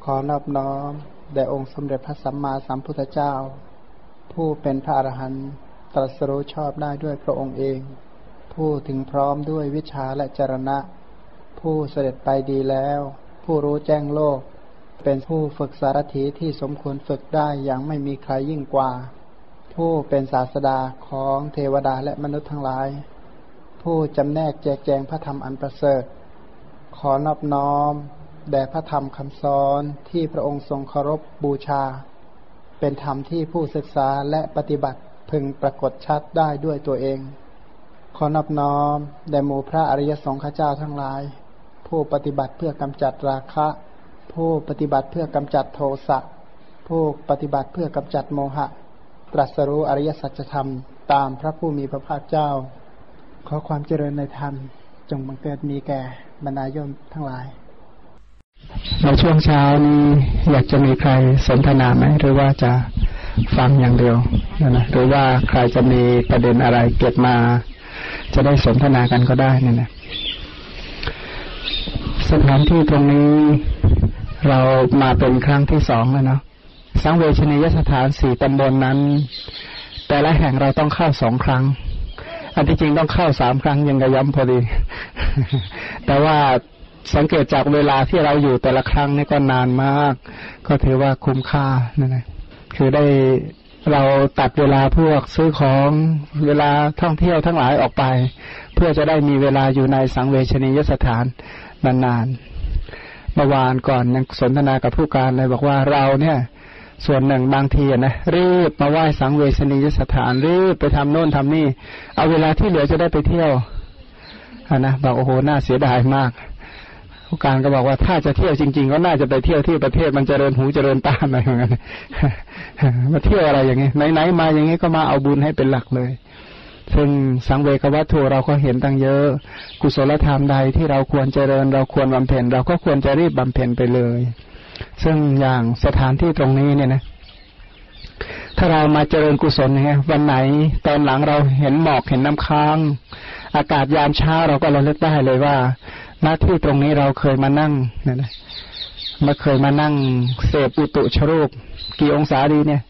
ขอนอบน้อมแด่องค์สมเด็จพระสัมมาสัมพุทธเจ้าผู้เป็นพระอรหันต์ตรัสรู้ชอบได้ด้วยพระองค์เองผู้ถึงพร้อมด้วยวิชาและจรณะผู้เสด็จไปดีแล้วผู้รู้แจ้งโลกเป็นผู้ฝึกสารถีที่สมควรฝึกได้อย่างไม่มีใครยิ่งกว่าผู้เป็นศาสดาของเทวดาและมนุษย์ทั้งหลายผู้จำแนกแจกแจงพระธรรมอันประเสริฐขอนอบน้อมแด่พระธรรมคำสอนที่พระองค์ทรงเคารพบูชาเป็นธรรมที่ผู้ศึกษาและปฏิบัติพึงปรากฏชัดได้ด้วยตัวเองขอนอบน้อมแด่หมู่พระอริยสงฆ์เจ้าทั้งหลายผู้ปฏิบัติเพื่อกำจัดราคะผู้ปฏิบัติเพื่อกำจัดโทสะผู้ปฏิบัติเพื่อกำจัดโมหะตรัสรู้อริยสัจธรรมตามพระผู้มีพระภาคเจ้าขอความเจริญในธรรมจงบังเกิดมีแก่บรรดาโยมทั้งหลายในช่วงเช้านี้อยากจะมีใครสนทนาไหมหรือว่าจะฟังอย่างเดียวนะหรือว่าใครจะมีประเด็นอะไรเก็บมาจะได้สนทนากันก็ได้นี่นะสถานที่ตรงนี้เรามาเป็นครั้งที่2แล้วเนาะสังเวชนียสถาน4ตำบลนั้นแต่ละแห่งเราต้องเข้า2ครั้งอันที่จริงต้องเข้า3ครั้งยังกระย้ำพอดี แต่ว่าสังเกตจากเวลาที่เราอยู่แต่ละครั้งนี่ก็นานมากก็ถือว่าคุ้มค่านั่นแหละคือได้เราตัดเวลาพวกซื้อของเวลาท่องเที่ยวทั้งหลายออกไปเพื่อจะได้มีเวลาอยู่ในสังเวชนียสถานนานๆเมื่อวานก่อนยังสนทนากับผู้การเลยบอกว่าเราเนี่ยส่วนหนึ่งบางทีนะรีบมาไหว้สังเวชนียสถานรีบไปทำโน่นทำนี่เอาเวลาที่เหลือจะได้ไปเที่ยวนะบอกโอ้โหน่าเสียดายมากผู้การก็บอกว่าถ้าจะเที่ยวจริงๆก็น่าจะไปเที่ยวที่ประเทศมันเจริญหูเจริญตาอะไรอย่างเงี้ยมาเที่ยวอะไรอย่างเงี้ยไหนๆมาอย่างงี้ก็มาเอาบุญให้เป็นหลักเลยซึ่งสังเวชวัตถุเราก็เห็นตั้งเยอะกุศลธรรมใดที่เราควรเจริญเราควรบำเพ็ญเราก็ควรจะรีบบำเพ็ญไปเลยซึ่งอย่างสถานที่ตรงนี้เนี่ยนะถ้าเรามาเจริญกุศลเนี่ยวันไหนตอนหลังเราเห็นหมอกเห็นน้ำค้างอากาศยามเช้าเราก็ระลึกได้เลยว่าหน้าที่ตรงนี้เราเคยมานั่งเนี่ยนะมาเคยมานั่งเสพอุตุชรูปกี่องศาดีเนี่ย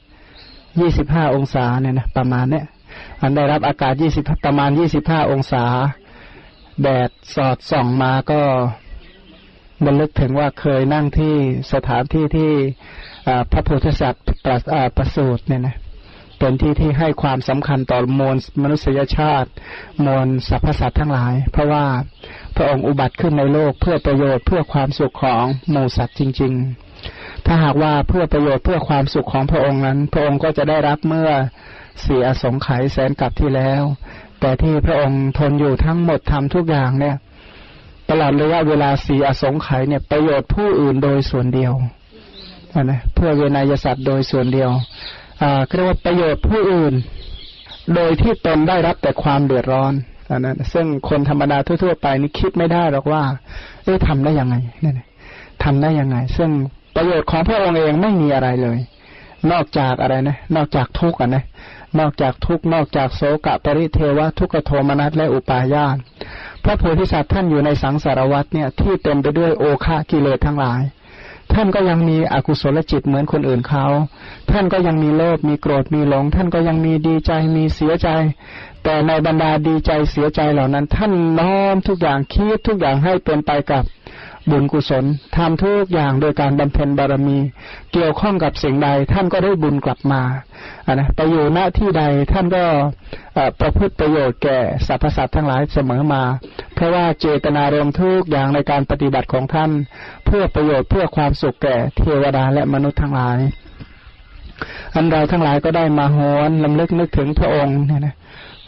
25องศาเนี่ยนะประมาณเนี้ยอันได้รับอากาศ20ประมาณ25องศาแดดสอดส่องมาก็บรรลึกถึงว่าเคยนั่งที่สถานที่ที่พระโพธิสัตว์ประสูติเนี่ยนะเป็นที่ที่ให้ความสำคัญต่อมวลมนุษยชาติมวลสรรพสัตว์ทั้งหลายเพราะว่าพระองค์อุบัติขึ้นในโลกเพื่อประโยชน์เพื่อความสุขของหมู่สัตว์จริงๆถ้าหากว่าเพื่อประโยชน์เพื่อความสุขของพระองค์นั้นพระองค์ก็จะได้รับเมื่อ4อสงไขยแสนกับที่แล้วแต่ที่พระองค์ทนอยู่ทั้งหมดทำทุกอย่างเนี่ยตลอดระยะเวลา4อสงไขยเนี่ยประโยชน์ผู้อื่นโดยส่วนเดียวนะเพื่อเวนยสัตว์โดยส่วนเดียวเรียกว่าประโยชน์ผู้อื่นโดยที่ตนได้รับแต่ความเดือดร้อนนะซึ่งคนธรรมดาทั่วๆไปนี่คิดไม่ได้หรอกว่าทำได้ยังไงเนี่ยทำได้ยังไงซึ่งประโยชน์ของพระองค์เองไม่มีอะไรเลยนอกจากอะไรนะนอกจากทุกข์นะนอกจากทุกข์นอกจากโศกปริเทวะทุกขโทมนัสและอุปาญาสพระโพธิสัตว์ท่านอยู่ในสังสารวัฏเนี่ยที่เต็มไปด้วยโอฆะกิเลสทั้งหลายท่านก็ยังมีอกุศลจิตเหมือนคนอื่นเขาท่านก็ยังมีโลภมีโกรธมีหลงท่านก็ยังมีดีใจมีเสียใจแต่ในบรรดาดีใจเสียใจเหล่านั้นท่านน้อมทุกอย่างคิดทุกอย่างให้เป็นไปกับบุญกุศลทำทุกอย่างโดยการบำเพ็ญบารมีเกี่ยวข้องกับสิ่งใดท่านก็ได้บุญกลับมานะไปอยู่ณที่ใดท่านก็ประพฤติประโยชน์แก่สรรพสัตว์ทั้งหลายเสมอมาเพราะว่าเจตนารมณ์ทุกอย่างในการปฏิบัติของท่านเพื่อประโยชน์เพื่อความสุขแก่เทวดาและมนุษย์ทั้งหลายอันเราทั้งหลายก็ได้มาหวนรำลึกนึกถึงพระองค์เนี่ยนะ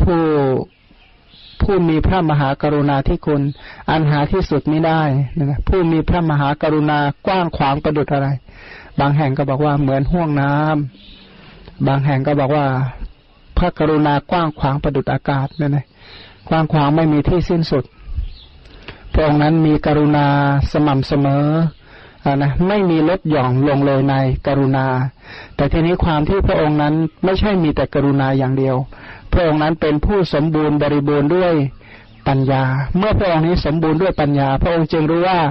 ผู้มีพระมหากรุณาธิคุณอันหาที่สุดมิได้นะผู้มีพระมหากรุณากว้างขวางประดุจอะไรบางแห่งก็บอกว่าเหมือนห้วงน้ำบางแห่งก็บอกว่าพระกรุณากว้างขวางประดุจอากาศเนี่ยนะกว้างขวางไม่มีที่สิ้นสุดพระองค์นั้นมีกรุณาสม่ำเสมอนะไม่มีลดหย่อนลงเลยในกรุณาแต่ทีนี้ความที่พระองค์นั้นไม่ใช่มีแต่กรุณาอย่างเดียวพระองค์นั้นเป็นผู้สมบูรณ์บริบูรณ์ด้วยปัญญาเมื่อพระองค์นี้สมบูรณ์ด้วยปัญญาพระองค์จึงรู้ว่า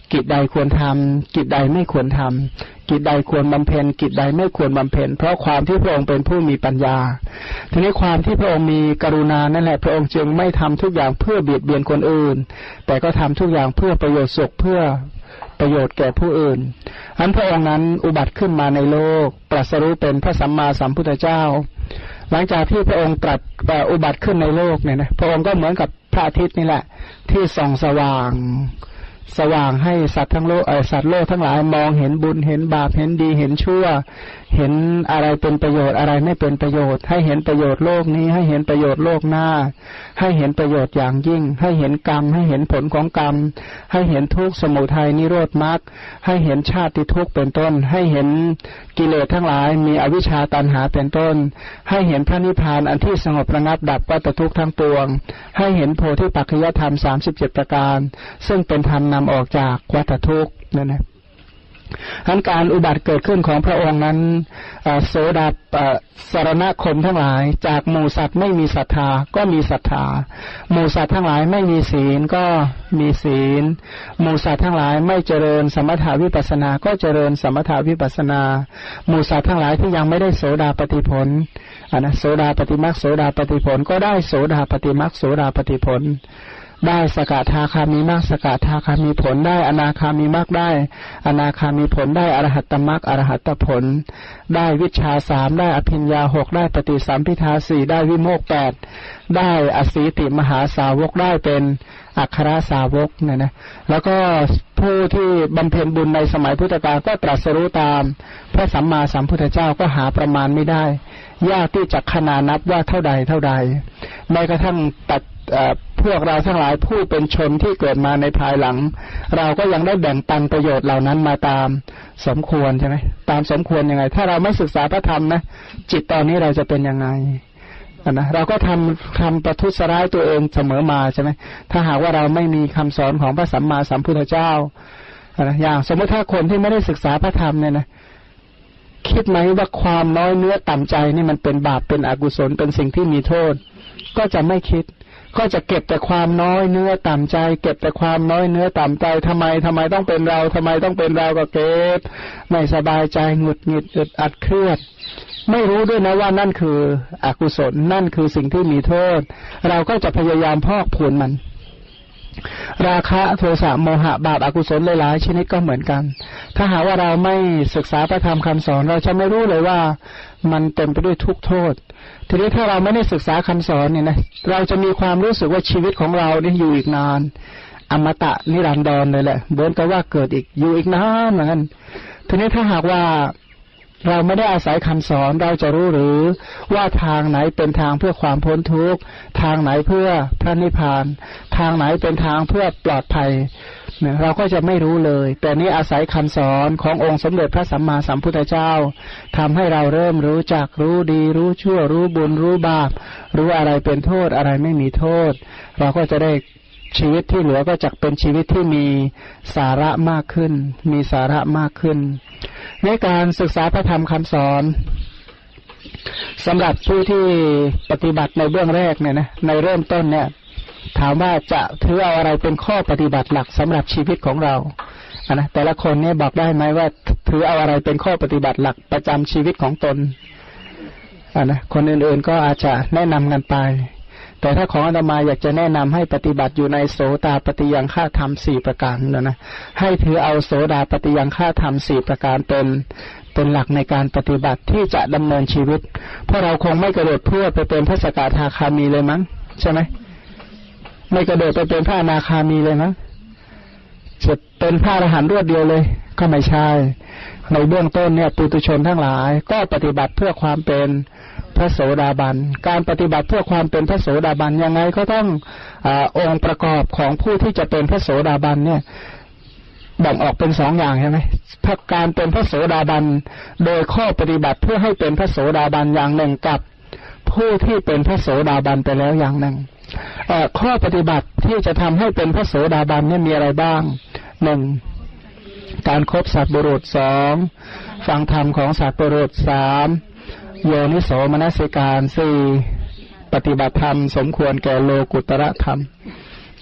กิจใดควรทำกิจใดไม่ควรทำกิจใดควรบำเพ็ญกิจใดไม่ควรบำเพ็ญเพราะความที่พระองค์เป็นผู้มีปัญญาทีนี้ความที่พระองค์มีกรุณานั่นแหละพระองค์จึงไม่ทำทุกอย่างเพื่อเบียดเบียนคนอื่นแต่ก็ทำทุกอย่างเพื่อประโยชน์สุขเพื่อประโยชน์แก่ผู้อื่นอันพระองค์นั้นอุบัติขึ้นมาในโลกตรัสรู้เป็นพระสัมมาสัมพุทธเจ้าหลังจากที่พระองค์ตรัสอุบัติขึ้นในโลกเนี่ยนะพระองค์ก็เหมือนกับพระอาทิตย์นี่แหละที่ส่องสว่างให้สัตว์ทั้งโลกสัตว์โลกทั้งหลายมองเห็นบุญเห็นบาปเห็นดีเห็นชั่วเห็นอะไรเป็นประโยชน์อะไรไม่เป็นประโยชน์ให้เห็นประโยชน์โลกนี้ให้เห็นประโยชน์โลกหน้าให้เห็นประโยชน์อย่างยิ่งให้เห็นกรรมให้เห็นผลของกรรมให้เห็นทุกข์สมุทัยนิโรธมรรคให้เห็นชาติทุกข์เป็นต้นให้เห็นกิเลสทั้งหลายมีอวิชชาตัณหาเป็นต้นให้เห็นพระนิพพานอันที่สงบระงับดับวัฏทุกข์ทั้งปวงให้เห็นโพธิปัจจยธรรม37ประการซึ่งเป็นธรรมนำออกจากวัฏทุกข์นั่นนะการอุบัติเกิดขึ้นของพระองค์นั้นโสดาสรณคมทั้งหลายจากหมู่สัตว์ไม่มีศรัทธาก็มีศรัทธาหมู่สัตว์ทั้งหลายไม่มีศีลก็มีศีลหมู่สัตว์ทั้งหลายไม่เจริญสมถาวิปัสสนาก็เจริญสมถาวิปัสสนาหมู่สัตว์ทั้งหลายที่ยังไม่ได้โสดาปัตติผลโสดาปัตติมรรคโสดาปัตติผลก็ได้โสดาปัตติมรรคโสดาปัตติผลได้สกทาคามีมรรคสกทาคามีผลได้อนาคามีมรรคได้อนาคามีผลได้อรหัตตมรรคอรหัตตผลได้วิชชา3ได้อภิญญา6ได้ปฏิสัมภิทา4ได้วิโมกข์8ได้อสีติมหาสาวกได้เป็นอัครสาวกเนี่ยนะแล้วก็ผู้ที่บำเพ็ญบุญในสมัยพุทธกาลก็ตรัสรู้ตามพระสัมมาสัมพุทธเจ้าก็หาประมาณไม่ได้ยากที่จะขนานับว่าเท่าใดแม้กระทั่งตัดพวกเราทั้งหลายผู้เป็นชนที่เกิดมาในภายหลังเราก็ยังได้แบ่งปันประโยชน์เหล่านั้นมาตามสมควรใช่ไหมตามสมควรยังไงถ้าเราไม่ศึกษาพระธรรมนะจิตตอนนี้เราจะเป็นยังไงนะเราก็ทำประทุษร้ายตัวเองเสมอมาใช่ไหมถ้าหากว่าเราไม่มีคำสอนของพระสัมมาสัมพุทธเจ้าอย่างสมมติถ้าคนที่ไม่ได้ศึกษาพระธรรมเนี่ยนะคิดไหมว่าความน้อยเนื้อต่ำใจนี่มันเป็นบาปเป็นอกุศลเป็นสิ่งที่มีโทษก็จะไม่คิดก็จะเก็บแต่ความน้อยเนื้อต่ำใจเก็บแต่ความน้อยเนื้อต่ำใจทำไมต้องเป็นเราทำไมต้องเป็นเราก็เก็บไม่สบายใจหงุดหงิดอึดอัดเครียดไม่รู้ด้วยนะว่านั่นคืออกุศลนั่นคือสิ่งที่มีโทษเราก็จะพยายามพอกพูนมันราคะโทสะโมหะบาปอกุศลหลายๆชนิดก็เหมือนกันถ้าหากว่าเราไม่ศึกษาพระธรรมคำสอนเราจะไม่รู้เลยว่ามันเต็มไปด้วยทุกข์โทษทีนี้ถ้าเราไม่ได้ศึกษาคำสอนเนี่ยนะเราจะมีความรู้สึกว่าชีวิตของเราเนี่ยอยู่อีกนานอมตะนิรันดรเลยแหละเหมือนกับว่าเกิดอีกอยู่อีกนานเหมือนกันทีนี้ถ้าหากว่าเราไม่ได้อาศัยคำสอนเราจะรู้หรือว่าทางไหนเป็นทางเพื่อความพ้นทุกข์ทางไหนเพื่อพระนิพพานทางไหนเป็นทางเพื่อปลอดภัยเนี่ยเราก็จะไม่รู้เลยแต่นี้อาศัยคำสอนขององค์สมเด็จพระสัมมาสัมพุทธเจ้าทำให้เราเริ่มรู้จักรู้ดีรู้ชั่วรู้บุญรู้บาปรู้อะไรเป็นโทษอะไรไม่มีโทษเราก็จะได้ชีวิตที่เหลือก็จะเป็นชีวิตที่มีสาระมากขึ้นมีสาระมากขึ้นในการศึกษาพระธรรมคำสอนสำหรับผู้ที่ปฏิบัติในเบื้องแรกเนี่ยนะในเริ่มต้นเนี่ยถามว่าจะถือเอาอะไรเป็นข้อปฏิบัติหลักสำหรับชีวิตของเรานะแต่ละคนเนี่ยบอกได้ไหมว่าถือเอาอะไรเป็นข้อปฏิบัติหลักประจำชีวิตของตนนะคนอื่นๆก็อาจจะแนะนำกันไปแต่ถ้าของอาตมาอยากจะแนะนำให้ปฏิบัติอยู่ในโสดาปฏิยังฆะธรรม4ประการนะให้ถือเอาโสดาปฏิยังฆะธรรม4ประการเป็นหลักในการปฏิบัติที่จะดำเนินชีวิตเพราะเราคงไม่กระโดดเพื่อไปเป็นพระสกทาคามีเลยมั้งใช่ไหมไม่กระโดดไปเป็นพระอนาคามีเลยมั้งจะเป็นพระอรหันต์รวดเดียวเลยก็ไม่ใช่ในเบื้องต้นเนี่ยปุถุชนทั้งหลายก็ปฏิบัติเพื่อความเป็นพระโสดาบันการปฏิบัติเพื่อความเป็นพระโสดาบันยังไงก็ต้ององค์ประกอบของผู้ที่จะเป็นพระโสดาบันเนี่ยแบ่งออกเป็น2อย่างใช่ไหมการเป็นพระโสดาบันโดยข้อปฏิบัติเพื่อให้เป็นพระโสดาบันอย่างหนึ่งกับผู้ที่เป็นพระโสดาบันไปแล้วอย่างหนึ่งข้อปฏิบัติที่จะทำให้เป็นพระโสดาบันเนี่ยมีอะไรบ้าง 1. การคบสัตว์บุรุษ 2. ฟังธรรมของสัตว์บุรุษ 3. โยนิโสมนสิการ 4. ปฏิบัติธรรมสมควรแก่โลกุตระธรรม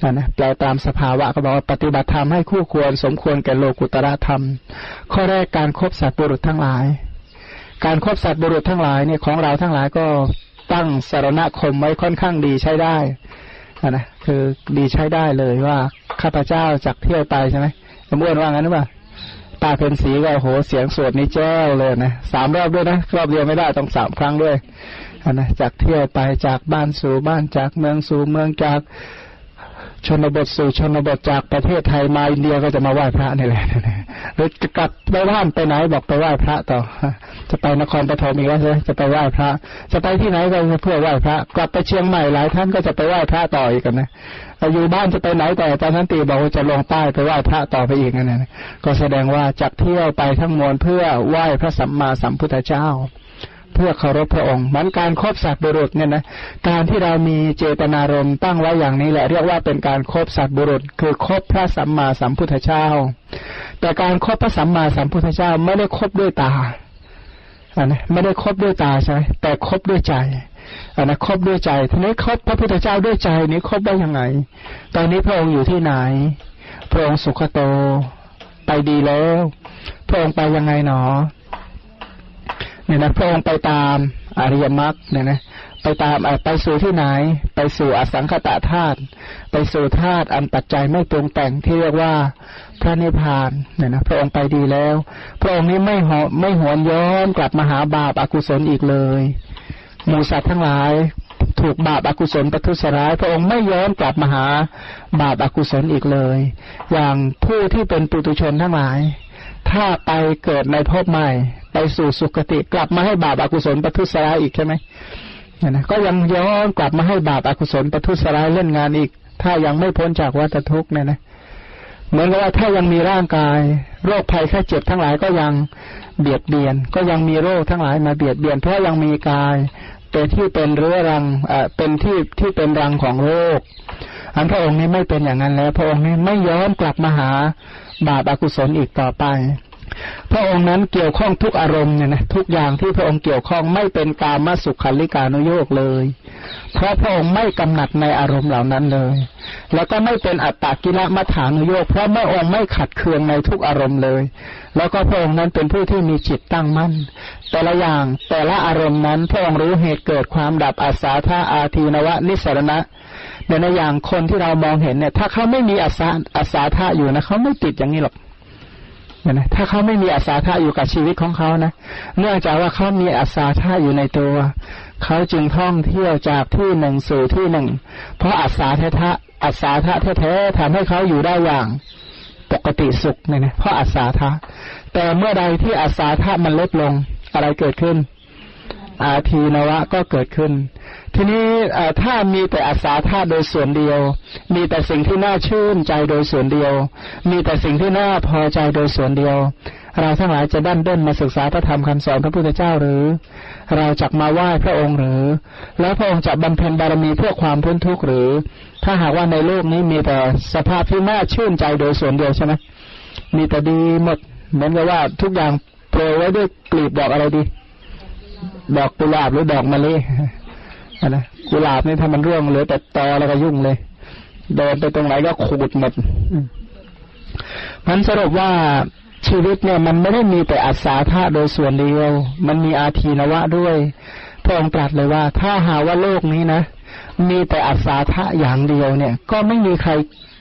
นะแปลตามสภาวะก็บอกว่าปฏิบัติธรรมให้คู่ควรสมควรแก่โลกุตระธรรมข้อแรกการคบสัตว์บุรุษทั้งหลายการคบสัตว์บุรุษทั้งหลายเนี่ยของเราทั้งหลายก็ตั้งสรณคมไว้ค่อนข้างดีใช้ได้นะคือดีใช้ได้เลยว่าข้าพเจ้าจากเที่ยวไปใช่ไหมสมมติว่างั้นหรือเปล่าตาเพนสีก็โหเสียงสวดนี่แจ้วเลยนะ3 รอบด้วยนะรอบเดียวไม่ได้ต้อง3 ครั้งด้วยนะจากเที่ยวไปจากบ้านสู่บ้านจากเมืองสู่เมืองจากชนบทสู่ชนบทจากประเทศไทยมาอินเดียก็จะมาไหว้พระนี่แหละหรือจะกลับไปบ้านไปไหนบอกไปไหว้พระต่อจะไปนครปฐมอีกแล้วใช่จะไปไหว้พระจะไปที่ไหนก็เพื่อไหว้พระกลับไปเชียงใหม่หลายท่านก็จะไปไหว้พระต่ออีกกันนะอยู่บ้านจะไปไหนแต่ตอนนั้นตีบอกว่าจะลงใต้ไปไหว้พระต่อไปอีกนั่นนะก็แสดงว่าจากเที่ยวไปทั้งมวลเพื่อไหว้พระสัมมาสัมพุทธเจ้าเพื่อเคารพพระองค์เหมือนการคบสัตว์บุรุษเนี่ยนะการที่เรามีเจตนารมณ์ตั้งไว้อย่างนี้แหละเรียกว่าเป็นการคบสัตว์บุรุษคือคบพระสัมมาสัมพุทธเจ้าแต่การคบพระสัมมาสัมพุทธเจ้าไม่ได้คบด้วยตานะไม่ได้คบด้วยตาใช่ไหมแต่คบด้วยใจนะคบด้วยใจทีนี้คบพระพุทธเจ้าด้วยใจนี้คบได้ยังไงตอนนี้พระองค์อยู่ที่ไหนพระองค์สุขโตไปดีแล้วพระองค์ไปยังไงหนอเนี่ยนะพระองค์ไปตามอริยมรรคเนี่ยนะไปตามไปสู่ที่ไหนไปสู่อสังขตธาตุไปสู่ธาตุอันปัจจัยไม่ปรุงแต่งที่เรียกว่าพระนิพพานเนี่ยนะพระองค์ไปดีแล้วพระองค์นี้ไม่หวนย้อนกลับมาหาบาปอกุศลอีกเลยหมู่สัตว์ทั้งหลายถูกบาปอกุศลประทุษร้ายพระองค์ไม่ย้อนกลับมาหาบาปอกุศลอีกเลยอย่างผู้ที่เป็นปุถุชนทั้งหลายถ้าไปเกิดในภพใหม่ไปสู่สุคติกลับมาให้บาปอกุศลประทุษร้ายอีกใช่ไหมนะก็ยังย้อนกลับมาให้บาปอกุศลประทุษร้ายเล่นงานอีกถ้ายังไม่พ้นจากวัฏทุกข์เนี่ยนะเหมือนกับว่าถ้ายังมีร่างกายโรคภัยไข้เจ็บทั้งหลายก็ยังเบียดเบียนก็ยังมีโรคทั้งหลายมาเบียดเบียนเพราะยังมีกายเป็นที่เป็นเรื้อรังเป็นที่เป็นรังของโรคอันพระองค์นี้ไม่เป็นอย่างนั้นแล้วพระองค์นี้ไม่ย้อนกลับมาหาบาปอกุศลอีกต่อไปพระองค์นั้นเกี่ยวข้องทุกอารมณ์เนี่ยนะทุกอย่างที่พระองค์เกี่ยวข้องไม่เป็นกามสุขัลลิกานุโยคเลยเพราะพระองค์ไม่กำหนัดในอารมณ์เหล่านั้นเลยแล้วก็ไม่เป็นอัตตกิลมัฏฐานุโยคเพราะพระองค์ไม่ขัดเคืองในทุกอารมณ์เลยแล้วก็พระองค์นั้นเป็นผู้ที่มีจิตตั้งมั่นแต่ละอย่างแต่ละอารมณ์นั้นพระองค์รู้เหตุเกิดความดับอาสาธาอาทีนวะนิสรณะในอย่างคนที่เรามองเห็นเนี่ยถ้าเขาไม่มีอาสาธาอยู่นะเขาไม่ติดอย่างนี้หรอกนะถ้าเขาไม่มีอาสาธาอยู่กับชีวิตของเขานะเนื่องจากว่าเขามีอาสาธาอยู่ในตัวเขาจึงท่องเที่ยวจากที่หนึ่งสู่ที่หนึ่งเพราะอาสาธาแท้ๆทำให้เขาอยู่ได้อย่างปกติสุขเนี่ยนะเพราะอาสาธาแต่เมื่อใดที่อาสาธามันลดลงอะไรเกิดขึ้นอาทีนวะก็เกิดขึ้นทีนี้ถ้ามีแต่อาสาธาโดยส่วนเดียวมีแต่สิ่งที่น่าชื่นใจโดยส่วนเดียวมีแต่สิ่งที่น่าพอใจโดยส่วนเดียวเราทั้งหลายจะดั้นด้นมาศึกษาพระธรรมคำสอนพระพุทธเจ้าหรือเราจักมาไหว้พระองค์หรือแล้วพระองค์จะบำเพ็ญบารมีเพื่อความพ้นทุกข์หรือถ้าหากว่าในโลกนี้มีแต่สภาพที่น่าชื่นใจโดยส่วนเดียวใช่ไหมมีแต่ดีหมดเหมือนกับว่าทุกอย่างโปรยไว้ด้วยกลีบดอกอะไรดีดอกกุหลาบหรือดอกมะลินะกุหลาบนี่ถ้ามันร่วงเหลือแต่ตอแล้วก็ยุ่งเลยเดินไปตรงไหนก็ขูดหมดมันสรุปว่าชีวิตเนี่ยมันไม่ได้มีแต่อัศธาโดยส่วนเดียวมันมีอาทีนวะด้วยพระองค์ตรัสเลยว่าถ้าหาว่าโลกนี้นะมีแต่อัศธาอย่างเดียวเนี่ยก็ไม่มีใคร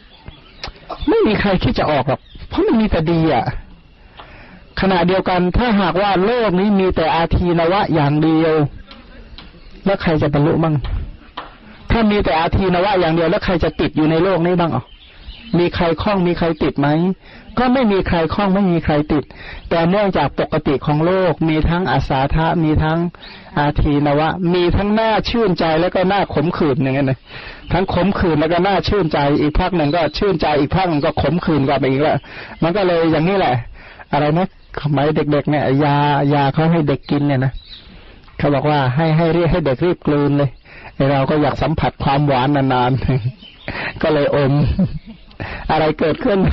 คิดจะออกหรอกเพราะมันมีแต่ดีอ่ะขณะเดียวกันถ้าหากว่าโลกนี้มีแต่อาทีนวะอย่างเดียวแล้วใครจะบรรลุบ้างถ้ามีแต่อาทีนวะอย่างเดียวแล้วใครจะติดอยู่ในโลกนี้บ้างมีใครคล้องมีใครติดไหมก็ไม่มีใครคล้องไม่มีใครติดแต่เนื่องจากปกติของโลกมีทั้งอาสาทะมีทั้งอาทีนวะมีทั้งหน้าชื่นใจแล้วก็หน้าขมขื่นอย่างเงี้ยนะทั้งขมขื่นแล้วก็หน้าชื่นใจอีกภาคหนึ่งก็ชื่นใจอีกภาคหนึ่งก็ขมขื่นกลับไปอีกแล้วมันก็เลยอย่างนี้แหละอะไรนะสมัยเด็กๆเนี่ยยาเขาให้เด็กกินเนี่ยนะเขาบอกว่าให้เรียกให้เด็กรีบกลืนเลยเราก็อยากสัมผัสความหวานนานๆก็เลยอมอะไรเกิดขึ้น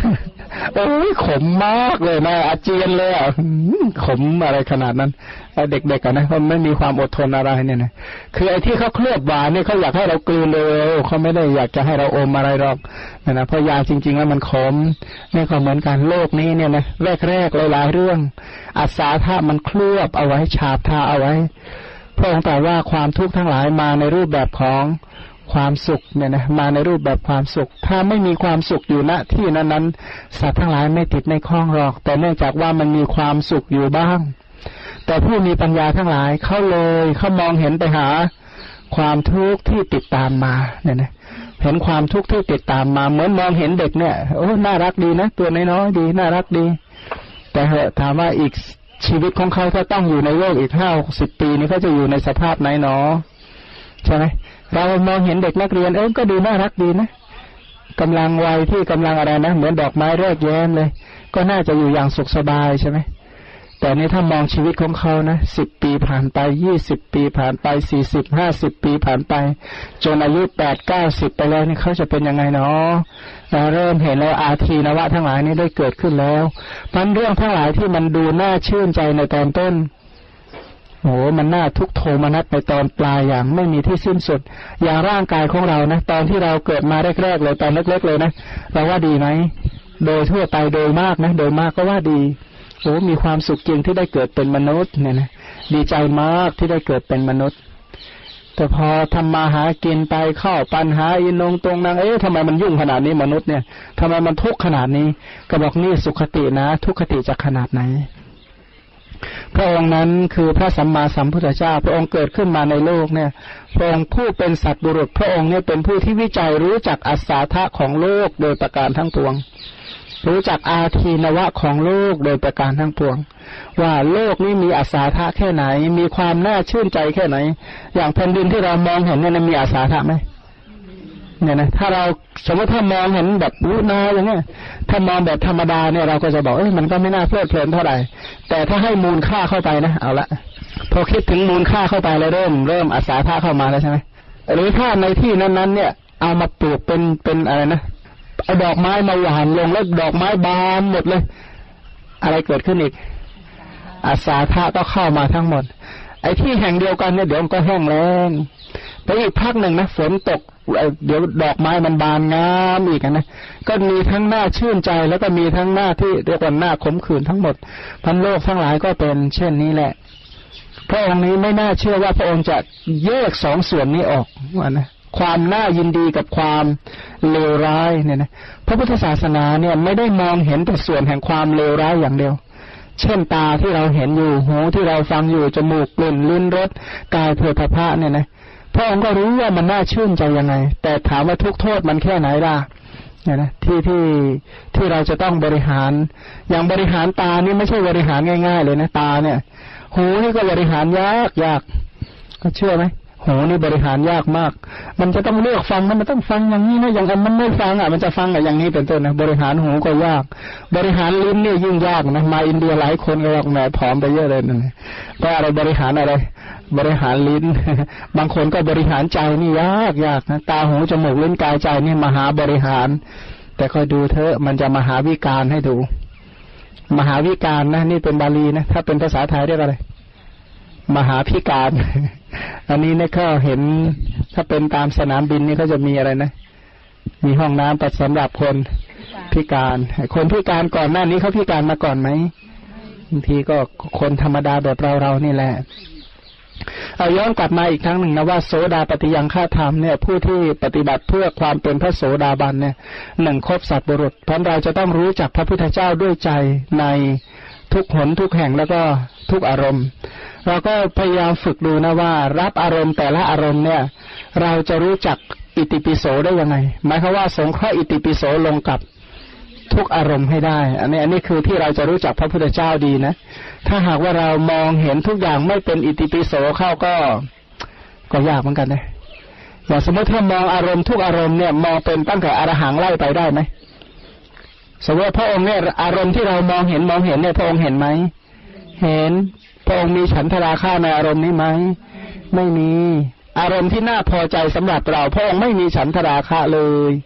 โอ้ยขมมากเลยนะอาเจียนเลยอ่ะขมอะไรขนาดนั้นเด็กๆกันนะเขาไม่มีความอดทนอะไรเนี่ยนะคือไอ้ที่เขาเคลือบหวานเนี่ยเขาอยากให้เรากลืนเลยเขาไม่ได้อยากจะให้เราอมอะไรหรอกนะเพราะยาจริงๆแล้วมันขมนี่ก็เหมือนกันโลกนี้เนี่ยนะแรกๆหลายๆเรื่องอาสาทะมันเคลือบเอาไว้ฉาบทาเอาไว้พระองค์ตรัสว่าความทุกข์ทั้งหลายมาในรูปแบบของความสุขเนี่ยนะมาในรูปแบบความสุขถ้าไม่มีความสุขอยู่ณที่นั้นๆสัตว์ทั้งหลายไม่ติดในข้องหรอกแต่เนื่องจากว่ามันมีความสุขอยู่บ้างแต่ผู้มีปัญญาทั้งหลายเขามองเห็นไปหาความทุกข์ที่ติดตามมาเนี่ยนะเห็นความทุกข์ที่ติดตามมาเหมือนมองเห็นเด็กเนี่ยโอ้น่ารักดีนะตัวน้อยๆดีน่ารักดีแต่ถามว่าอีกชีวิตของเขาถ้าต้องอยู่ในโลกอีก50-60 ปีนี้เขาจะอยู่ในสภาพไหนเนาะใช่ไหมเรามองเห็นเด็กนักเรียนก็ดูน่ารักดีนะกำลังวัยที่กำลังอะไรนะเหมือนดอกไม้แรกแย้มเลยก็น่าจะอยู่อย่างสุขสบายใช่ไหมแต่นี่ถ้ามองชีวิตของเขานะ10 ปีผ่านไป20 ปีผ่านไป40-50 ปีผ่านไปจนอายุ80-90ไปแล้วนี่เขาจะเป็นยังไงเนาะเราเริ่มเห็นแล้วอาทีนวะทั้งหลายนี่ได้เกิดขึ้นแล้วพันเรื่องทั้งหลายที่มันดูน่าชื่นใจในตอนต้นโอ้มันน่าทุกโทมนัสในตอนปลายอย่างไม่มีที่สิ้นสุดอย่างร่างกายของเรานะตอนที่เราเกิดมาแรกๆเลยตอนเล็กๆเลยนะเราว่าดีไหมโดยทั่วไปโดยมากนะโดยมากก็ว่าดีโอ้มีความสุขจริงที่ได้เกิดเป็นมนุษย์เนี่ยนะดีใจมากที่ได้เกิดเป็นมนุษย์แต่พอทำมาหากินไปเข้าปัญหาอินงตรงนั้นทำไมมันยุ่งขนาดนี้มนุษย์เนี่ยทำไมมันทุกข์ขนาดนี้ก็บอกนี่สุขตินะทุกขติจะขนาดไหนพระองค์นั้นคือพระสัมมาสัมพุทธเจ้าพระองค์เกิดขึ้นมาในโลกเนี่ยพระองค์ผู้เป็นสัตว์บุรุษพระองค์เนี่ยเป็นผู้ที่วิจัยรู้จักอัศธาของโลกโดยประการทั้งปวงรู้จักอาทีนวะของโลกโดยประการทั้งปวงว่าโลกนี้มีอาสาทะแค่ไหนมีความน่าชื่นใจแค่ไหนอย่างแผ่นดินที่เรามองเห็นเนี่ยมีอาสาทะไหมเนี่ยนะถ้าเราสมมติถ้ามองเห็นแบบรู้นาอย่างเงี้ยถ้ามองแบบธรรมดาเนี่ยเราก็จะบอกมันก็ไม่น่าเพลิดเพลินเท่าไหร่แต่ถ้าให้มูลค่าเข้าไปนะเอาละพอคิดถึงมูลค่าเข้าไปแล้วเริ่มอาสาทะเข้ามาแล้วใช่ไหมหรือถ้าในที่นั้นๆเนี่ยเอามาปลูกเป็นอะไรนะเอาดอกไม้มาหว่านลงแล้วดอกไม้บานหมดเลยอะไรเกิดขึ้นอีกอาสาทะก็เข้ามาทั้งหมดไอ้ที่แห่งเดียวกันเนี่ยเดี๋ยวมันก็แห้งแล้งไปอีกพักหนึ่งนะฝนตกเดี๋ยวดอกไม้มันบานงามอีกนะก็มีทั้งหน้าชื่นใจแล้วก็มีทั้งหน้าที่เรียกว่าหน้าขมขื่นทั้งหมดพันโลกทั้งหลายก็เป็นเช่นนี้แหละพระองค์นี้ไม่น่าเชื่อว่าพระองค์จะแยกสองส่วนนี้ออกว่านะความน่ายินดีกับความเลวร้ายเนี่ยนะพระพุทธศาสนาเนี่ยไม่ได้มองเห็นแต่ส่วนแห่งความเลวร้ายอย่างเดียวเช่นตาที่เราเห็นอยู่หูที่เราฟังอยู่จมูกกลิ่นลิ้นรสกายโผฏฐัพพะเนี่ยนะพระองค์ก็รู้ว่ามันน่าชื่นใจยังไงแต่ถามว่าทุกโทษมันแค่ไหนล่ะเนี่ยนะที่เราจะต้องบริหารอย่างบริหารตานี่ไม่ใช่บริหารง่ายๆเลยนะตาเนี่ยหูนี่ก็บริหารยากก็เชื่อไหมหูนี่บริหารยากมากมันจะต้องเลือกฟังมันต้องฟังอย่างนี้นะอย่างนั้นมันไม่ฟังมันจะฟังอย่างนี้เป็นต้นนะบริหารหูก็ยากบริหารลิ้นนี่ยิ่งยากนะมาอินเดียหลายคนก็บอกแหมผอมไปเยอะเลยนั่นก็อะไรบริหารอะไรบริหารลิ้นบางคนก็บริหารใจนี่ยากนะตาหูจมูกลิ้นกายใจนี่มหาบริหารแต่คอยดูเถอะมันจะมหาวิการให้ดูมหาวิการนะนี่เป็นบาลีนะถ้าเป็นภาษาไทยเรียกอะไรมหาพิการอันนี้เนี่ยก็เห็นถ้าเป็นตามสนามบินนี่ก็จะมีอะไรนะมีห้องน้ำสำหรับคนพิการคนพิการก่อนหน้านี้เขาพิการมาก่อนไหมบางทีก็คนธรรมดาแบบเรานี่แหละเอาย้อนกลับมาอีกครั้งหนึ่งนะว่าโสดาปฏิยังฆาธรรมเนี่ยผู้ที่ปฏิบัติเพื่อความเป็นพระโสดาบันเนี่ยครบสัตว์บุรุษเพราะเราจะต้องรู้จักพระพุทธเจ้าด้วยใจในทุกหนทุกแห่งแล้วก็ทุกอารมณ์เราก็พยายามฝึกดูนะว่ารับอารมณ์แต่ละอารมณ์เนี่ยเราจะรู้จักอิติปิโสได้ยังไงหมายความว่าสงเคราะห์อิติปิโสลงกับทุกอารมณ์ให้ได้อันนี้คือที่เราจะรู้จักพระพุทธเจ้าดีนะถ้าหากว่าเรามองเห็นทุกอย่างไม่เป็นอิติปิโสเข้าก็ยากเหมือนกันนะอย่างสมมติถ้ามองอารมณ์ทุกอารมณ์เนี่ยมองเป็นตั้งแต่อรหังไล่ไปได้ไหมสมมติว่าพระองค์เนี่ยอารมณ์ที่เรามองเห็นเนี่ยพระองค์เห็นไหมเห็นพระองค์มีฉันทราคะในอารมณ์นี้ไหมไม่มีอารมณ์ที่น่าพอใจสำหรับเราพระองค์ไม่มีฉันทราคะเลย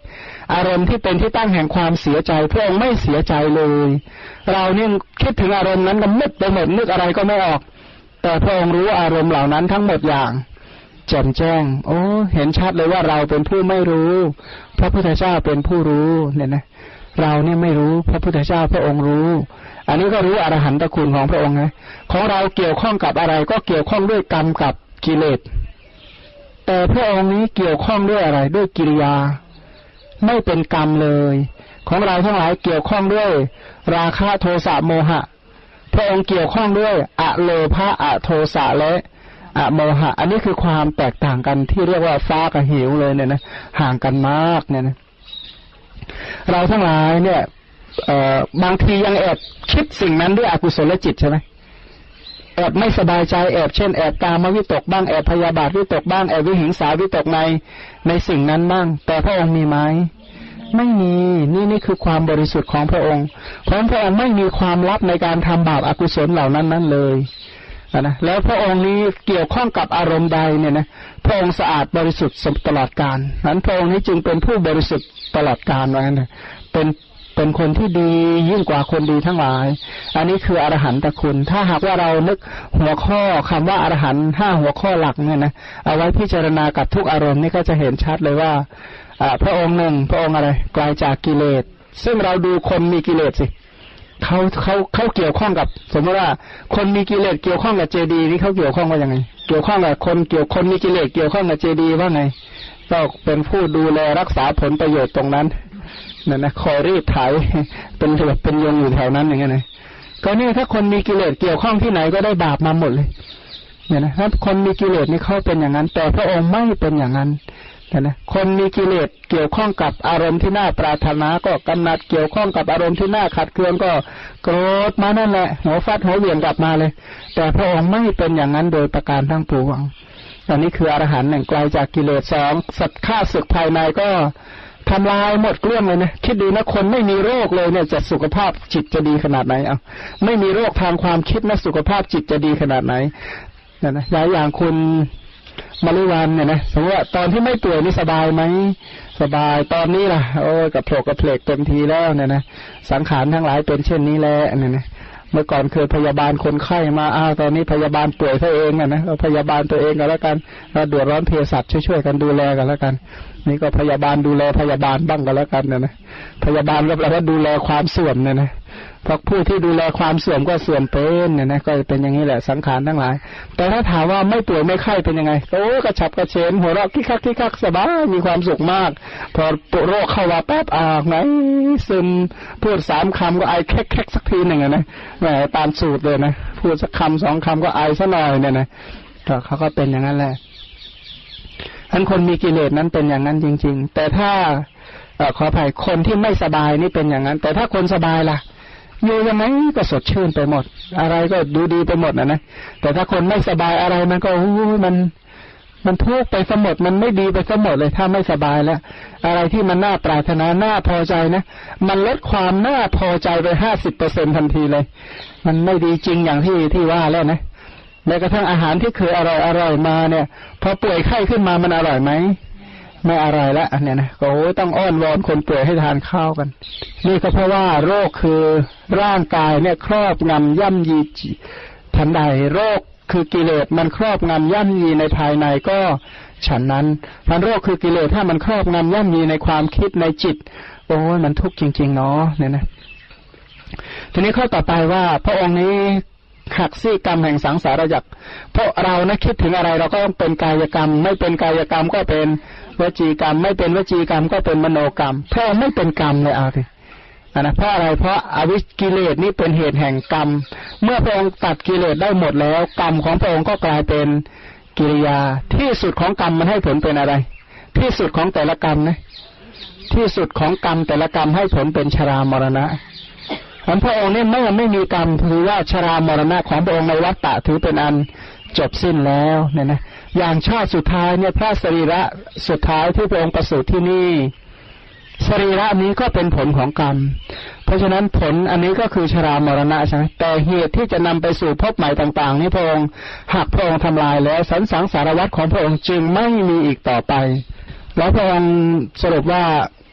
อารมณ์ที่เป็นที่ตั้งแห่งความเสียใจพระองค์ไม่เสียใจเลยเราเนี่ยคิดถึงอารมณ์นั้นก็มืดไปหมดนึกอะไรก็ไม่ออกแต่พระองค์รู้อารมณ์เหล่านั้นทั้งหมดอย่างแจ่มแจ้งโอ้เห็นชัดเลยว่าเราเป็นผู้ไม่รู้พระพุทธเจ้าเป็นผู้รู้เนี่ยนะเราเนี่ยไม่รู้พระพุทธเจ้าพระองค์รู้อันนี้ก็รู้อรหันตคุณของพระองค์นะของเราเกี่ยวข้องกับอะไรก็เกี่ยวข้องด้วยกรรมกับกิเลสแต่พระองค์นี้เกี่ยวข้องด้วยอะไรด้วยกิริยาไม่เป็นกรรมเลยของเราทั้งหลายเกี่ยวข้องด้วยราคะโทสะโมหะพระองค์เกี่ยวข้องด้วยอโลภะอโทสะและอโมหะอันนี้คือความแตกต่างกันที่เรียกว่าฟ้ากับเหวเลยเนี่ยนะห่างกันมากเนี่ยนะเราทั้งหลายเนี่ยบางทียังแอบคิดสิ่งนั้นด้วยอกุศลจิตใช่ไหมแอบไม่สบายใจแอบเช่นแอบกามวิตกบ้างแอบพยาบาทวิตกบ้างแอบวิหิงสาวิตกในสิ่งนั้นบ้างแต่พระองค์มีไหมไม่มีนี่คือความบริสุทธิ์ของพระองค์เพราะพระองค์ไม่มีความลับในการทำบาปอกุศลเหล่านั้นเลยนะแล้วพระองค์นี้เกี่ยวข้องกับอารมณ์ใดเนี่ยนะพระองค์สะอาดบริสุทธิ์ตลอดกาลนั้นพระองค์นี้จึงเป็นผู้บริสุทธิ์ตลอดกาลว่างั้นนะเป็นคนที่ดียิ่งกว่าคนดีทั้งหลายอันนี้คืออรหันตคุณถ้าหากว่าเรานึกหัวข้อคำว่าอรหันต์5หัวข้อหลักเนี่ยนะเอาไว้พิจารณากับทุกอารมณ์นี่ก็จะเห็นชัดเลยว่าพระองค์หนึ่งพระองค์อะไรไกลจากกิเลสซึ่งเราดูคนมีกิเลสสิเขาเกี่ยวข้องกับสมมติว่าคนมีกิเลสเกี่ยวข้องกับเจดีย์นี่เขาเกี่ยวข้องว่ายังไงเกี่ยวข้องกับคนมีกิเลสเกี่ยวข้องกับเจดีย์ว่าไงก็เป็นผู้ดูแลรักษาผลประโยชน์ตรงนั้นนั่นนะคอยรีดไถเป็นเหลือบเป็นยงอยู่แถวนั้นอย่างเงี้ยนะก็นี่ถ้าคนมีกิเลสเกี่ยวข้องที่ไหนก็ได้บาปมาหมดเลยเนี่ยนะถ้าคนมีกิเลสนี่เขาเป็นอย่างนั้นแต่พระองค์ไม่เป็นอย่างนั้นนะคนมีกิเลสเกี่ยวข้องกับอารมณ์ที่น่าปรารถนาก็กำหนัดเกี่ยวข้องกับอารมณ์ที่น่าขัดเคืองก็โกรธมานั่นแหละหัวฟาดหัวเหวี่ยงกลับมาเลยแต่พระองค์ไม่เป็นอย่างนั้นโดยประการทั้งปวงอันนี้คืออรหันต์หนึ่งไกลจากกิเลสสองสัตว์ฆ่าศึกภายในก็ทำลายหมดเกลี้ยงเลยนะคิดดูนะคนไม่มีโรคเลยเนี่ยจะสุขภาพจิตจะดีขนาดไหนเอาไม่มีโรคทางความคิดนะสุขภาพจิตจะดีขนาดไหนนะอย่างคุณมาริวันเนี่ยนะสมมติว่าตอนที่ไม่ป่วยนี่สบายไหมสบายตอนนี้ล่ะโอ้กระโผลกกระเพลกเต็มทีแล้วเนี่ยนะสังขารทั้งหลายเป็นเช่นนี้แหละเนี่ยนะเมื่อก่อนเคยพยาบาลคนไข้มาตอนนี้พยาบาลป่วยตัวเองนะพยาบาลตัวเองกันแล้วกันเราเดือดร้อนเภสัชช่วยๆกันดูแลกันแล้วกันนี่ก็พยาบาลดูแลพยาบาลบ้างกันแล้วกันนะพยาบาลก็แปลว่าดูแลความเสื่อมเนี่ยนะเพราะผู้ที่ดูแลความเสื่อมก็เสื่อมเป็นเนี่ยนะก็เป็นอย่างนี้แหละสังขารทั้งหลายแต่ถ้าถามว่าไม่ป่วยไม่ไข้เป็นยังไงโอ้กระฉับกระเฉงหัวเราะคิกคักสบายมีความสุขมากพอโรคเข้ามาแป๊บไงซึมพูด3 คำก็ไอแคกสักทีหนึ่งนะแหมตามสูตรเลยนะพูดสักคำ2 คำก็ไอซะหน่อยเนี่ยนะก็เขาก็เป็นอย่างนั้นแหละอันคนมีกิเลสนั้นเป็นอย่างนั้นจริงๆแต่ถ้าขออภัยคนที่ไม่สบายนี่เป็นอย่างนั้นแต่ถ้าคนสบายล่ะอยู่ยังไงก็สดชื่นไปหมดอะไรก็ดูดีไปหมดนะแต่ถ้าคนไม่สบายอะไรมันก็มันทุกข์ไปสมดมันไม่ดีไปสมดเลยถ้าไม่สบายแล้วอะไรที่มันน่าปรารถนาน่าพอใจนะมันลดความน่าพอใจไป50%ทันทีเลยมันไม่ดีจริงอย่างที่ว่าแล้วนะแม้กระทั่งอาหารที่เคยอร่อยมาเนี่ยพอป่วยไข้ขึ้นมามันอร่อยไหมไม่อร่อยแล้วเนี่ยนะโอ้ต้องอ้อนวอนคนป่วยให้ทานข้าวกันนี่ก็เพราะว่าโรคคือร่างกายเนี่ยครอบงำย่ำยีทันใดโรคคือกิเลสมันครอบงำย่ำยีในภายในก็ฉันนั้นพันโรคคือกิเลสถ้ามันครอบงำย่ำยีในความคิดในจิตโอ้ยมันทุกข์จริงๆเนาะเนี่ยนะทีนี้ข้อต่อไปว่าพระองค์นี้หักซี่กรรมแห่งสังสารวัฏเพราะเรานะคิดถึงอะไรเราก็ต้องเป็นกายกรรมไม่เป็นกายกรรมก็เป็นวจีกรรมไม่เป็นวจีกรรมก็เป็นมโนกรรมเพราะไม่เป็นกรรมเลยเอาสินะเพราะอะไรเพราะอวิชกิเลสนี้เป็นเหตุแห่งกรรมเมื่อพระองค์ตัดกิเลสได้หมดแล้วกรรมของพระองค์ก็กลายเป็นกิริยาที่สุดของกรรมมันให้ผลเป็นอะไรที่สุดของแต่ละกรรมนะที่สุดของกรรมแต่ละกรรมให้ผลเป็นชรามรณะพระองค์เนี่ยไม่มีกรรมถือว่าชรามรณะของพระองค์ในวัฏฏะถือเป็นอันจบสิ้นแล้วเนี่ยนะอย่างชาติสุดท้ายเนี่ยพระสรีระสุดท้ายที่พระองค์ประสูติที่นี่สรีระนี้ก็เป็นผลของกรรมเพราะฉะนั้นผลอันนี้ก็คือชรามรณะใช่ไหมแต่เหตุที่จะนำไปสู่ภพใหม่ต่างๆนี่พระองค์หากพระองค์ทำลายแล้วสังสารวัฏของพระองค์จึงไม่มีอีกต่อไปแล้วพระองค์สรุปว่า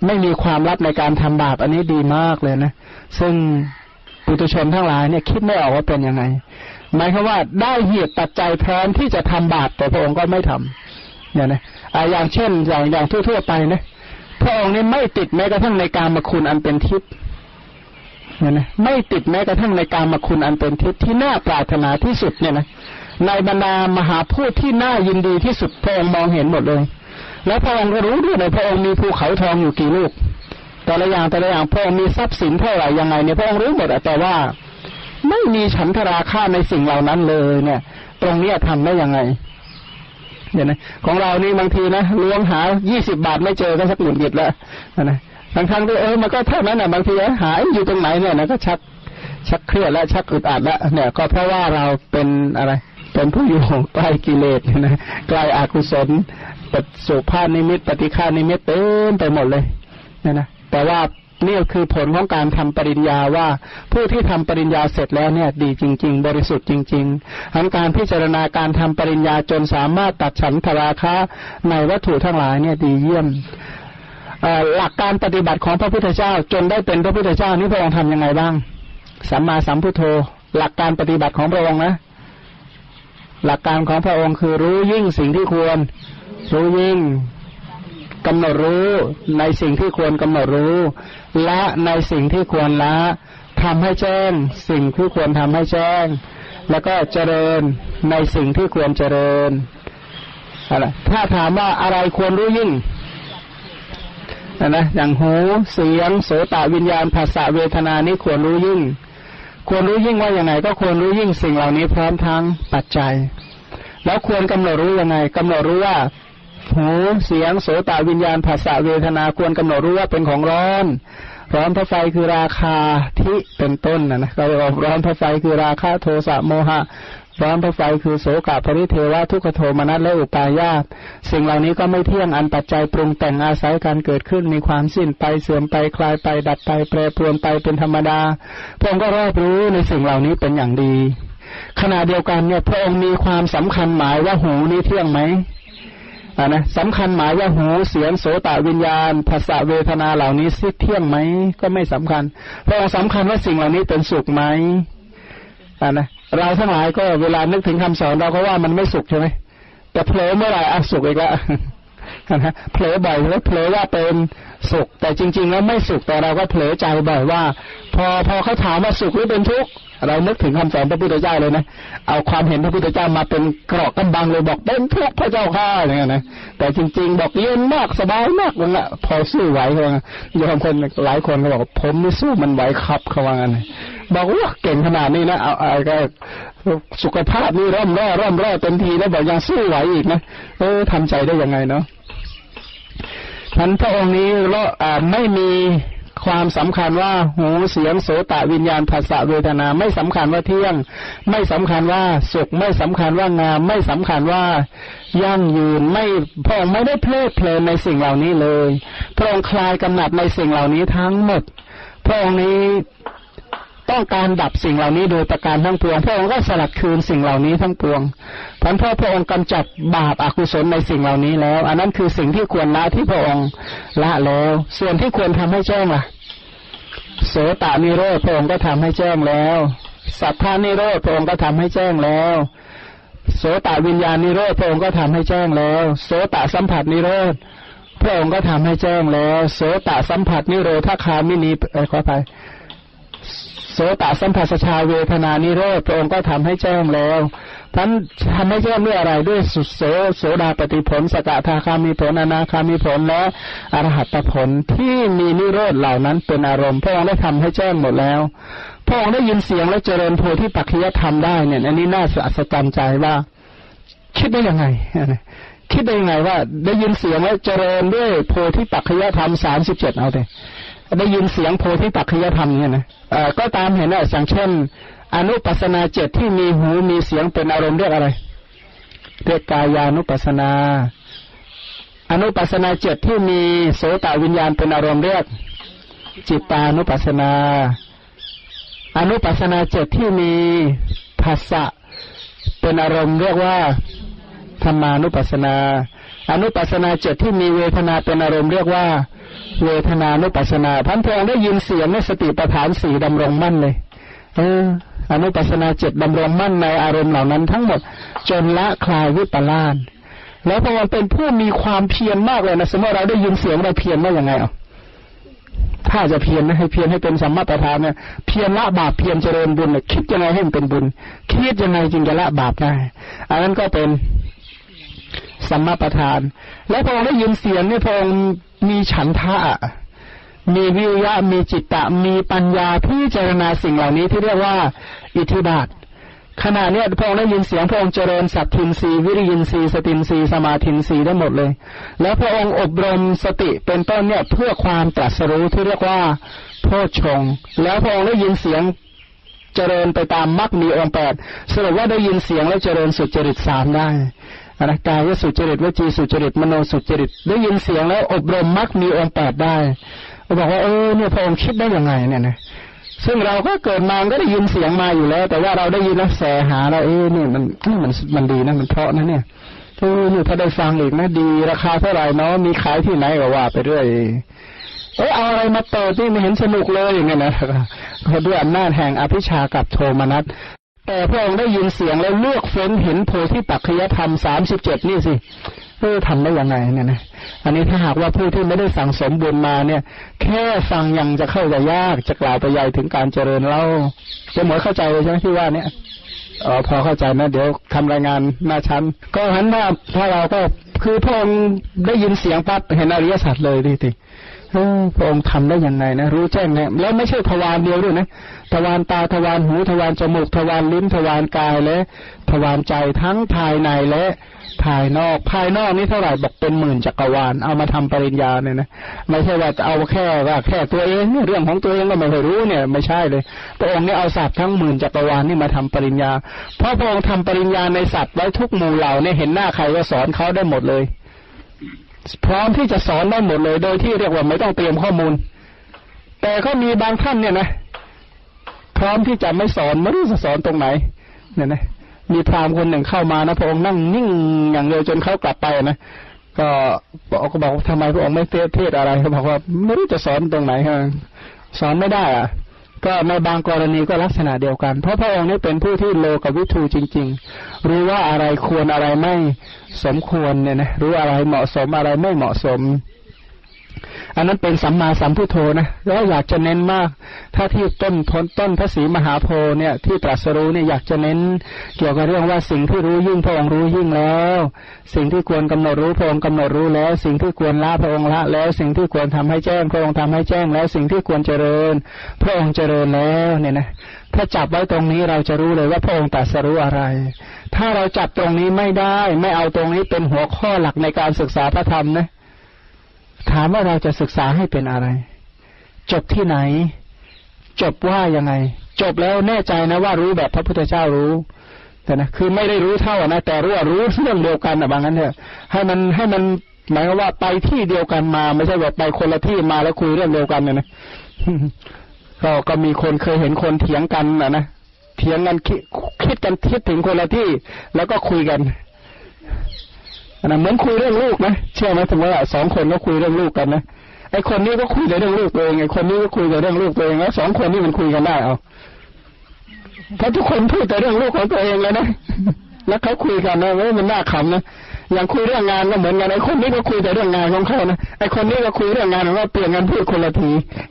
ไม่มีความลับในการทำบาปอันนี้ดีมากเลยนะซึ่งปุถุชนทั้งหลายเนี่ยคิดไม่ออกว่าเป็นยังไงหมายความว่าได้เหตุปัจจัยพร้อมที่จะทำบาปแต่พระองค์ก็ไม่ทำเนี่ยนะอย่างเช่นอย่างทั่วๆไปนะพระองค์นี่ไม่ติดแม้กระทั่งในกามคุณอันเป็นทิพย์เนี่ยนะไม่ติดแม้กระทั่งในกามคุณอันเป็นทิพย์ที่น่าปรารถนาที่สุดเนี่ยนะในบรรดามหาพูดที่น่ายินดีที่สุดพระองค์มองเห็นหมดเลยแล้วพระองค์ก็รู้ด้วยในพระองค์มีภูเขาทองอยู่กี่ลูกแต่ละอย่างพระองค์มีทรัพย์สินเท่าไหร่ยังไงเนี่ยพระองค์รู้หมดแต่ว่าไม่มีฉันทราคะในสิ่งเหล่านั้นเลยเนี่ยตรงนี้ทำได้ยังไงเนี่ยนะของเรานี่บางทีนะล้วงหา20 บาทไม่เจอก็สักหงุดหงิดแล้วนะบางครั้งก็มันก็เท่านั้นนะบางทีหายอยู่ตรงไหนเนี่ยนะก็ชักเครียดและชักอึดอัดแล้วเนี่ยก็เพราะว่าเราเป็นอะไรเป็นผู้อยู่ใกล้กิเลสนะใกล้อกุศลปฏิสุภานิมิตปฏิฆานิมิตเต็มไปหมดเลยเนี่ยนะแต่ว่านี่คือผลของการทำปริญญาว่าผู้ที่ทำปริญญาเสร็จแล้วเนี่ยดีจริงๆบริสุทธิ์จริงๆทั้งการพิจารณาการทำปริญญาจนสามารถตัดฉันทราคะในวัตถุทั้งหลายเนี่ยดีเยี่ยมหลักการปฏิบัติของพระพุทธเจ้าจนได้เป็นพระพุทธเจ้านี่พระองค์ทำยังไงบ้างสัมมาสัมพุทโธหลักการปฏิบัติของพระองค์นะหลักการของพระองค์คือรู้ยิ่งสิ่งที่ควรรู้ยิ่งกำหนดรู้ในสิ่งที่ควรกำหนดรู้ละในสิ่งที่ควรละทำให้แจ้งสิ่งที่ควรทำให้แจ้งแล้วก็เจริญในสิ่งที่ควรเจริญอะไรถ้าถามว่าอะไรควรรู้ยิ่งนะอย่างหูเสียงโสตวิญญาณผัสสะเวทนานี้ควรรู้ยิ่งควรรู้ยิ่งว่าอย่างไรก็ควรรู้ยิ่งสิ่งเหล่านี้พร้อมทั้งปัจจัยแล้วควรกำหนดรู้ยังไงกำหนดรู้ว่าหูเสียงโสตวิญญาณผัสสะเวทนาควรกำหนดรู้ว่าเป็นของร้อนเพราะไฟคือราคาทิเป็นต้นนะเราร้อนเพราะไฟคือราคะโทสะโมหะร้อนเพราะไฟคือโสกะปริเทวะทุกขโทมนัสและอุปาญาตสิ่งเหล่านี้ก็ไม่เที่ยงอันปัจจัยปรุงแต่งอาศัยการเกิดขึ้นมีความสิ้นไปเสื่อมไปคลายไปดับไปแปรปรวนไปเป็นธรรมดาพระองค์ก็รอบรู้ในสิ่งเหล่านี้เป็นอย่างดีขณะเดียวกันเนี่ยพระองค์มีความสำคัญหมายว่าหูนี้เที่ยงไหมนะสำคัญหมายว่าหูเสียงโสตวิญญาณผัสสะเวทนาเหล่านี้เที่ยงไหมก็ไม่สำคัญพระองค์สำคัญว่าสิ่งเหล่านี้เป็นสุขไหมนะเราทั้งหลายก็เวลานึกถึงคำสอนเราก็ว่ามันไม่สุขใช่ไหมแต่เผลอเมื่อไหร่สุขอีกแล้วนะเผลอบ่อยแล้วเผลอว่าเป็นสุขแต่จริงๆแล้วไม่สุขแต่เราก็เผลอใจบ่อยว่าพอเขาถามว่าสุขหรือเป็นทุกข์เรานึกถึงคำสอนพระพุทธเจ้าเลยนะเอาความเห็นพระพุทธเจ้ามาเป็นเกราะกำบังเลยบอกเป็นทุกข์พระเจ้าข้าอย่างเงี้ยนะแต่จริงๆบอกเย็นมากสบายมากเลยนะพอสู้ไหวเขาว่าโยมคนหลายคนก็บอกผมไม่สู้มันไหวครับเขาว่างั้นบอกว่าเก่งขนาดนี้นะเอาก็สุขภาพนี่ร่ำร่เต็มทีแล้วบอกยังสู้ไหวอีกนะทำใจได้ยังไงเนาะท่านพระองค์นี้ไม่มีความสำคัญว่าหูเสียงโสตวิญญาณผัสสะเวทนาไม่สำคัญว่าเที่ยงไม่สำคัญว่าสุขไม่สำคัญว่างามไม่สำคัญว่ายั่งยืนไม่พระองค์ไม่ได้เพลิดเพลินในสิ่งเหล่านี้เลยพระองค์คลายกำหนัดในสิ่งเหล่านี้ทั้งหมดพระองค์นี้ต้องการดับสิ่งเหล่านี้โดยประการทั้งปวงพระองค์ก็สลัดคืนสิ่งเหล่านี้ทั้งปวงเพราะพระองค์กำจัดบาปอกุศลในสิ่งเหล่านี้แล้วอันนั้นคือสิ่งที่ควรละที่พระองค์ละแล้วส่วนที่ควรทำให้แจ้งล่ะโสตนิโรธพระองค์ก็ทำให้แจ้งแล้วสัทธานิโรธพระองค์ก็ทำให้แจ้งแล้วโสตวิญญาณนิโรธพระองค์ก็ทำให้แจ้งแล้วโสตสัมผัสนิโรธพระองค์ก็ทำให้แจ้งแล้วโสตสัมผัสนิโรธคามินีขออภัยโสตสัมผัสชาเวทนานิโรธพระองค์ก็ทำให้แจ้งแล้วท่านทำให้แจ้งด้วยอะไรด้วยโสดาปฏิผลสกทาคามีผลอนาคามีผลและอรหัตผลที่มีนิโรธเหล่านั้นเป็นอารมณ์พระองค์ได้ทำให้แจ้งหมดแล้วพระองค์ได้ยินเสียงและเจริญโพธิปัจจยธรรมได้เนี่ยอันนี้น่าอัศจรรย์ใจว่าคิดได้ยังไงคิดได้ยังไงว่าได้ยินเสียงและเจริญด้วยโพธิปัจจยธรรม37เอาเถอะได้ยินเสียงโพธิปัจจยธรรมเนี่ยนะก็ตามเห็นนะอย่างเช่นอนุปัสสนา7ที่มีหูมีเสียงเป็นอารมณ์เรียกอะไรเรียกกายานุปัสสนาอนุปัสสนา7ที่มีโสตวิญญาณเป็นอารมณ์เรียกจิตตานุปัสสนาอนุปัสสนา7ที่มีภาษะเป็นอารมณ์เรียกว่าธรรมานุปัสสนาอนุปัสนา7ที่มีเวทนาเป็นอารมณ์เรียกว่าเวทนานุปัสนาท่านพระองค์ได้ยินเสียงในสติปัฏฐาน4ดำรงมั่นเลยอนุปัสนา7ดำรงมั่นในอารมณ์เหล่านั้นทั้งหมดจนละคลายวิปลาสแล้วพระองค์เป็นผู้มีความเพียรมากเลยนะสมมติเราได้ยินเสียงเราเพียรได้ยังไงถ้าจะเพียรนะให้เพียรให้เป็นสัมมาประธานเนี่ยเพียรละบาปเพียรเจริญบุญเนี่ยคิดยังไงให้มันเป็นบุญคิดยังไงจึงจะละบาปได้อันนั้นก็เป็นสัมมาประธานและพระองค์ได้ยินเสียงเนี่ยพระองค์มีฉันทะมีวิริยะมีจิตตะมีปัญญาพิจารณาสิ่งเหล่านี้ที่เรียกว่าอิทธิบาทขณะนี้พระองค์ได้ยินเสียงพระองค์เจริญสัตทินรีวิริยินรีสตินรีสมาธินรีได้หมดเลยแล้วพระองค์อบรมสติเป็นต้นเนี่ยเพื่อความตรัสรู้ที่เรียกว่าโพชฌงค์แล้วพระองค์ได้ยินเสียงเจริญไปตามมรรคมีองค์8สรุปว่าได้ยินเสียงแล้วเจริญสุจริต3ได้กายสุจริตวจีสุจริตมโนสุจริตได้ยินเสียงแล้วอบรมมรรคมีองค์8ได้บอกว่าเนี่ยพระองค์คิดได้ยังไงเนี่ยนะซึ่งเราก็เกิดมาก็ได้ยินเสียงมาอยู่แล้วแต่ว่าเราได้ยินแล้วแสหาเรานี่มันดีนะมันเพราะนะเนี่ยนี่ถ้าได้ฟังอีกนะดีราคาเท่าไหร่เนาะมีขายที่ไหนก็ว่าไปเรื่อยเอาอะไรมาเปิดที่ไม่เห็นสนุกเลยอย่างเงี้ยนะเขาด้วยอำนาจแห่งอภิชากับโทมนัสแต่พระองค์ได้ยินเสียงแล้วเลือกเฟ้นเห็นโพธิปัจจยธรรม37นี่สิทำได้ยังไงเนี่ยนะอันนี้ถ้าหากว่าผู้ที่ไม่ได้สั่งสมบุญมาเนี่ยแค่ฟังยังจะเข้าใจยากจะกล่าวไปใหญ่ถึงการเจริญเล่าจะหมดเข้าใจเลยใช่ไหมที่ว่าเนี่ยพอเข้าใจนะเดี๋ยวทำรายงานหน้าชั้นก็หันว่าถ้าเราก็คือพระองค์ได้ยินเสียงปั๊บเห็นอริยสัจเลยดิพระองค์ทำได้ยังไงนะรู้แจ้งเนี่ยแล้วไม่ใช่ทวารเดียวด้วยนะทวารตาทวารหูทวารจมูกทวารลิ้นทวารกายและทวารใจทั้งภายในและภายนอกนี่เท่าไหร่บอกเป็นหมื่นจักรวาลเอามาทำปริญญาเนี่ยนะไม่ใช่ว่าเอาแค่ตัวเองเรื่องของตัวเองก็ไม่เคยรู้เนี่ยไม่ใช่เลยพระองค์เนี่ยเอาสัตว์ทั้งหมื่นจักรวาลนี่มาทำปริญญาเพราะพระองค์ทำปริญญาในสัตว์ไว้ทุกหมู่เหล่าเนี่ยเห็นหน้าใครก็สอนเขาได้หมดเลยพร้อมที่จะสอนได้หมดเลยโดยที่เรียกว่าไม่ต้องเตรียมข้อมูลแต่ก็มีบางท่านเนี่ยนะพร้อมที่จะไม่สอนไม่รู้จะสอนตรงไหนเนี่ยนะมีพราหมณ์คนหนึ่งเข้ามานะพระองค์นั่งนิ่งอย่างเดียวจนเขากลับไปนะก็บอกทำไมพระองค์ไม่เทศอะไรเขาบอกว่าไม่รู้จะสอนตรงไหนครับสอนไม่ได้อ่ะก็ในบางกรณีก็ลักษณะเดียวกันเพราะพระองค์นี้เป็นผู้ที่โลกวิทูจริงๆรู้ว่าอะไรควรอะไรไม่สมควรเนี่ยนะรู้อะไรเหมาะสมอะไรไม่เหมาะสมอันนั้นเป็นสัมมาสัมพุทโธนะแล้วอยากจะเน้นมากถ้าที่ต้นพระศรีมหาโพธิ์เนี่ยที่ตรัสรู้เนี่ยอยากจะเน้นเกี่ยวกับเรื่องว่าสิ่งที่รู้ยิ่งพระองค์รู้ยิ่งแล้วสิ่งที่ควรกำหนดรู้พระองค์กำหนดรู้แล้วสิ่งที่ควรละพระองค์ละแล้วสิ่งที่ควรทำให้แจ้งพระองค์ทำให้แจ้งแล้วสิ่งที่ควรเจริญพระองค์เจริญแล้วเนี่ยนะถ้าจับไว้ตรงนี้เราจะรู้เลยว่าพระองค์ตรัสรู้อะไรถ้าเราจับตรงนี้ไม่ได้ไม่เอาตรงนี้เป็นหัวข้อหลักในการศึกษาพระธรรมนะถามว่าเราจะศึกษาให้เป็นอะไรจบที่ไหนจบว่ายังไงจบแล้วแน่ใจนะว่ารู้แบบพระพุทธเจ้ารู้แต่นะคือไม่ได้รู้เท่านะแต่รู้ว่ารู้เรื่องเดียวกันนะบางนั้นเถอะให้มันหมายว่าไปที่เดียวกันมาไม่ใช่แบบไปคนละที่มาแล้วคุยเรื่องเดียวกันนะก็มีคนเคยเห็นคนเถียงกันนะเถียงกันคิดกันคิดถึงคนละที่แล้วก็คุยกันนะเหมือนคุยเรื่องลูกนะเชื่อไหมถึงว่าสองคนก็คุยเรื่องลูกกันนะไอคนนี้ก็คุยแต่เรื่องลูกตัวเองไอคนนี้ก็คุยแต่เรื่องลูกตัวเองแล้วสองคนนี้มันคุยกันได้เพราะทุกคนพูดแต่เรื่องลูกของตัวเองเลยนะแล้วเขาคุยกันนะมันน่าขำนะอย่างคุยเรื่องงานก็เหมือนกันไอคนนี้ก็คุยแต่เรื่องงานของเขานะไอคนนี้ก็คุยเรื่องงานของเราเปลี่ยนกันพูดคนละที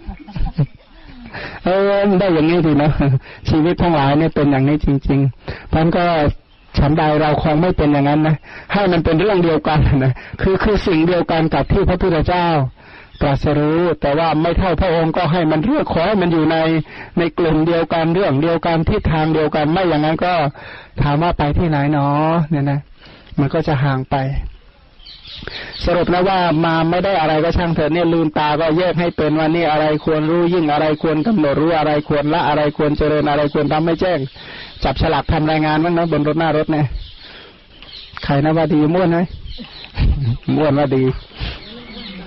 ได้อย่างนี้ดีนะชีวิตทั้งหลายเนี่ยเป็นอย่างนี้จริงๆท่านก็ฉันใดเราคงไม่เป็นอย่างนั้นนะให้มันเป็นเรื่องเดียวกันนะคือสิ่งเดียวกันกับที่พระพุทธเจ้าตรัสรู้แต่ว่าไม่เท่าพระองค์ก็ให้มันเลือกขอให้มันอยู่ในกลุ่มเดียวกันเรื่องเดียวกันทิศทางเดียวกันไม่อย่างนั้นก็ถามว่าไปที่ไหนเนาะเนี่ยนะมันก็จะห่างไปสรุปนะว่ามาไม่ได้อะไรก็ช่างเถอะเนี่ยลืมตาก็แยกให้เป็นว่านี่อะไรควรรู้ยิ่งอะไรควรกำหนดรู้อะไรควรละอะไรควรเจริญอะไรควรทำไม่แจ้งจับฉลากทำรายงานบ้างนะบนรถหน้ารถเนี่ยใครนะว่าดีม้วนไหมม้วนว่าดี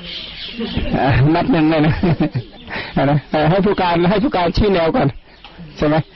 นับหนึ่งเลยนะให้ผู้การชี้แนวก่อนใช่ไหม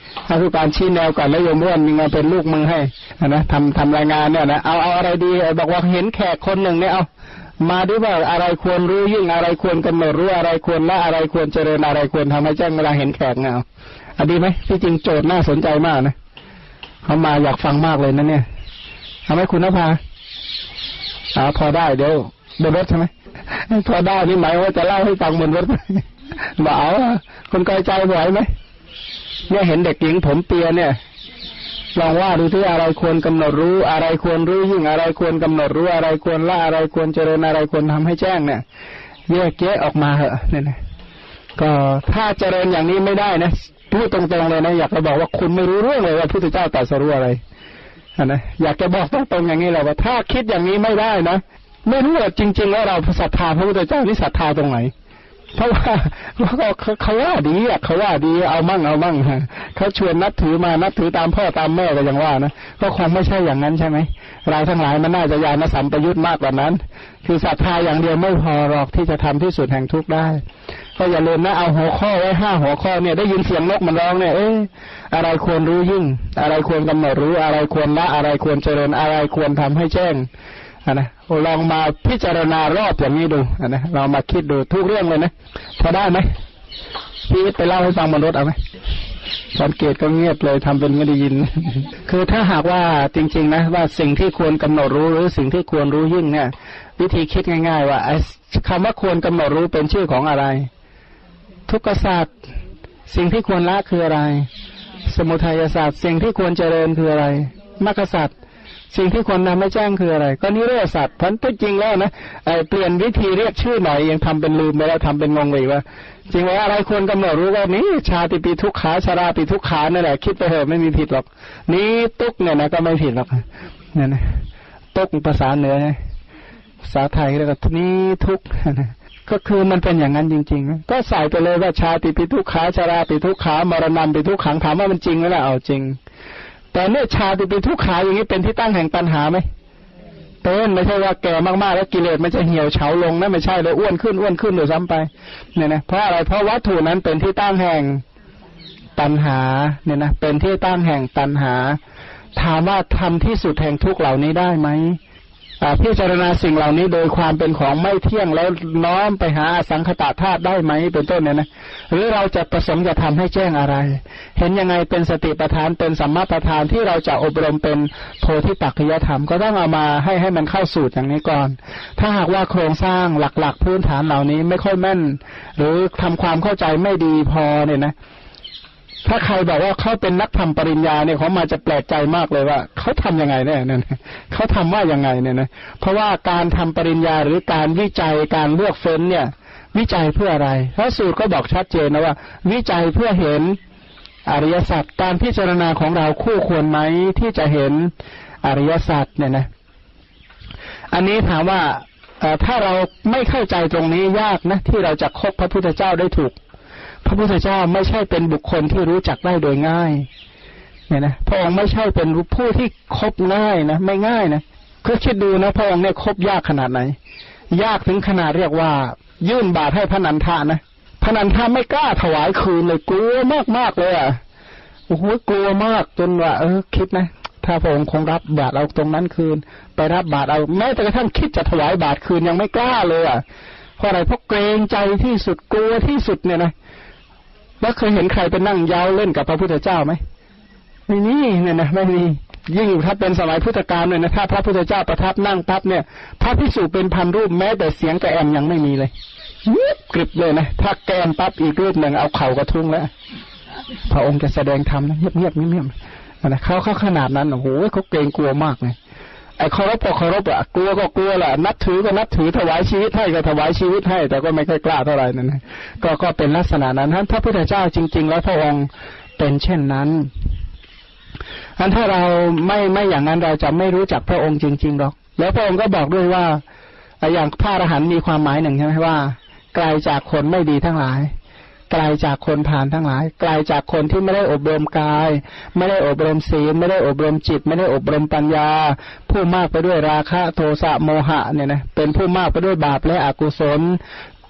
ถ้าผู้การชี้แนวก่อนแล้วโยมอ้วนมาเป็นลูกมือให้นะทำรายงานเนี่ยนะเอาอะไรดีบอกว่าเห็นแขกคนหนึ่งเนี่ยเอามาดูว่าอะไรควรรู้ยิ่งอะไรควรกำหนดรู้อะไรควรละอะไรควรเจริญอะไรควรทำให้แจ้งเวลาเห็นแขกเงาอันดีไหมที่จริงโจทย์น่าสนใจมากนะเขามาอยากฟังมากเลยนะเนี่ยทำให้คุณนภาพอได้เดี๋ยวบนรถใช่ไหมพอได้นี่หมายว่าจะเล่าให้ฟังบนรถบอกเอาคนไกลใจไหวไหมเนี่ยเห็นเด็กหญิงผมเปียเนี่ยลองว่าดูที่อะไรควรกำหนดรู้อะไรควรรู้ยิ่งอะไรควรกำหนดรู้อะไรควรละอะไรควรเจริญอะไรควรทำให้แจ้งเนี่ยแยกแยะออกมาเหอะเนี่ยนะก็ถ้าเจริญอย่างนี้ไม่ได้นะพูดตรงๆเลยนะอยากจะบอกว่าคุณไม่รู้เรื่องเลยว่าพระพุทธเจ้าตรัสรู้อะไรนะอยากจะบอกตรงๆอย่างนี้แหละว่าถ้าคิดอย่างนี้ไม่ได้นะไม่รู้ว่าจริงๆแล้วเราศรัทธาพระพุทธเจ้านี่ศรัทธาตรงไหนเพราะว่าเขาว่าดีอ่ะเขาว่าดีเอามั่งเขาชวนนับถือมานับถือตามพ่อตามแม่ก็ยังว่านะก็คงไม่ใช่อย่างนั้นใช่ไหมเราทั้งหลายมันน่าจะญาณสัมปยุตมากกว่านั้นคือศรัทธาอย่างเดียวไม่พอหรอกที่จะทำที่สุดแห่งทุกข์ได้ก็อย่าลืมนะเอาหัวข้อไว้5หัวข้อเนี่ยได้ยินเสียงนกมันร้องเนี่ยอะไรควรรู้ยิ่งอะไรควรกำหนดรู้อะไรควรละอะไรควรเจริญอะไรควรทำให้แจ้งนะลองมาพิจารณารอบอย่างนี้ดูนะเรามาคิดดูทุกเรื่องเลยนะพอได้ไหมพี่ไปเล่าให้ฟังบนรถเอาไหมสังเกตก็เงียบเลยทำเป็นไม่ได้ยิน คือถ้าหากว่าจริงๆนะว่าสิ่งที่ควรกำหนดรู้หรือสิ่งที่ควรรู้ยิ่งเนี่ยวิธีคิดง่ายๆว่าคำว่าควรกำหนดรู้เป็นชื่อของอะไรทุกขศาสตร์สิ่งที่ควรละคืออะไรสมุทัยศาสตร์สิ่งที่ควรเจริญคืออะไรมรรคศาสตร์สิ่งที่ควรทำให้แจ้งคืออะไรก็นิโรธศาสตร์พันธุ์จริงแล้วนะเปลี่ยนวิธีเรียกชื่อหน่อยยังทำเป็นลืมไปแล้วทำเป็นงงเลยว่าจริงว่าอะไรควรกำหนดรู้ว่านี้ชาติปีทุกขาชาราปีทุกขานั่นแหละคิดไปเถอะไม่มีผิดหรอกนี้ตุกเนี่ยนะก็ไม่ผิดหรอกเนี่ยนะตุกภาษาเหนือภาษาไทยแล้วก็นี้ทุกก็คือมันเป็นอย่างนั้นจริงๆก็ใส่ไปเลยว่าชาติปีทุกขาชาราปีทุกขามรณะปีทุกขังถามว่ามันจริงไหมล่ะเอาจริงแต่เนื้อชาติเป็นทุกขาอย่างนี้เป็นที่ตั้งแห่งปัญหาไหมเป็นไม่ใช่ว่าแก่มากๆแล้วกิเลสมันจะเหี่ยวเฉาลงนะไม่ใช่เลยอ้วนขึ้นโดยซ้ำไปเนี่ยนะเพราะอะไรเพราะวัตถุนั้นเป็นที่ตั้งแห่งปัญหาเนี่ยนะเป็นที่ตั้งแห่งปัญหาถามว่าทำที่สุดแห่งทุกเหล่านี้ได้ไหมพิจารณาสิ่งเหล่านี้โดยความเป็นของไม่เที่ยงแล้วน้อมไปหาอสังขตธาตุได้ไหมเป็นต้นเนี่ยนะหรือเราจะประสงค์จะทำให้แจ้งอะไรเห็นยังไงเป็นสติปัฏฐานเป็นสัมมาปัฏฐานที่เราจะอบรมเป็นโพธิปักขิยธรรมก็ต้องเอามาให้มันเข้าสูตรอย่างนี้ก่อนถ้าหากว่าโครงสร้างหลักๆพื้นฐานเหล่านี้ไม่ค่อยแม่นหรือทำความเข้าใจไม่ดีพอเนี่ยนะถ้าใครบอกว่าเขาเป็นนักทำปริญญาเนี่ยเขามาจะแปลกใจมากเลยว่าเขาทำยังไงเนี่ยเขาทำว่ายังไงเนี่ยนะเพราะว่าการทำปริญญาหรือการวิจัยการเลือกเฟ้นเนี่ยวิจัยเพื่ออะไรพระสูตรก็บอกชัดเจนนะว่าวิจัยเพื่อเห็นอริยสัจการพิจารณาของเราคู่ควรไหมที่จะเห็นอริยสัจเนี่ยนะอันนี้ถามว่าถ้าเราไม่เข้าใจตรงนี้ยากนะที่เราจะคบพระพุทธเจ้าได้ถูกพระพุทธเจ้าไม่ใช่เป็นบุคคลที่รู้จักได้โดยง่ายเนี่ยนะพระองค์ไม่ใช่เป็นผู้ที่คบง่ายนะไม่ง่ายนะก็คิดดูนะพระองค์เนี่ยคบยากขนาดไหนยากถึงขนาดเรียกว่ายื่นบาตรให้พระนันทานะพระนันทาไม่กล้าถวายคืนเลยกลัวมากๆเลยอ่ะโอ้โหกลัวมากจนว่าคิดนะถ้าพระองค์คงรับบาตรเอาตรงนั้นคืนไปรับบาตรเอาแม้แต่กระทั่งคิดจะถวายบาตรคืนยังไม่กล้าเลยอ่ะเพราะอะไรเพราะเกรงใจที่สุดกลัวที่สุดเนี่ยนะแล้วเคยเห็นใครไปนั่งยาวเล่นกับพระพุทธเจ้าไหมไม่มีเนี่ยนะไม่มียิ่งถ้าเป็นสมัยพุทธกาลเนี่ยนะถ้าพระพุทธเจ้าประทับนั่งปั๊บเนี่ยพระภิกษุเป็นพันรูปแม้แต่เสียงกระแอมยังไม่มีเลยกริบเลยนะถ้าแกนปั๊บอีกรูปหนึ่งเอาเข่ากระทุ้งแล้วพระองค์จะแสดงธรรมนะเงียบนะเขาขนาดนั้นโอ้โหเขาเกรงกลัวมากเลยไอ้เคารพก็เคารพอ่ะกลัวก็กลัวแหละนับถือก็นับถือถวายชีวิตให้ก็ถวายชีวิตให้แต่ก็ไม่ค่อยกล้าเท่าไหร่นั่นนะก็เป็นลักษณะนั้นถ้าพระพุทธเจ้าจริงๆแล้วพระองค์เป็นเช่นนั้นถ้าเราไม่อย่างนั้นเราจะไม่รู้จักพระองค์จริงๆหรอกแล้วพระองค์ก็บอกด้วยว่าอย่างพระอรหันต์มีความหมายหนึ่งใช่ไหมว่าไกลจากคนไม่ดีทั้งหลายไกลจากคนผ่านทั้งหลายไกลจากคนที่ไม่ได้อบรมกายไม่ได้อบรมศีลไม่ได้อบรมจิตไม่ได้อบรมปัญญาผู้มากไปด้วยราคะโทสะโมหะเนี่ยนะเป็นผู้มากไปด้วยบาปและอกุศล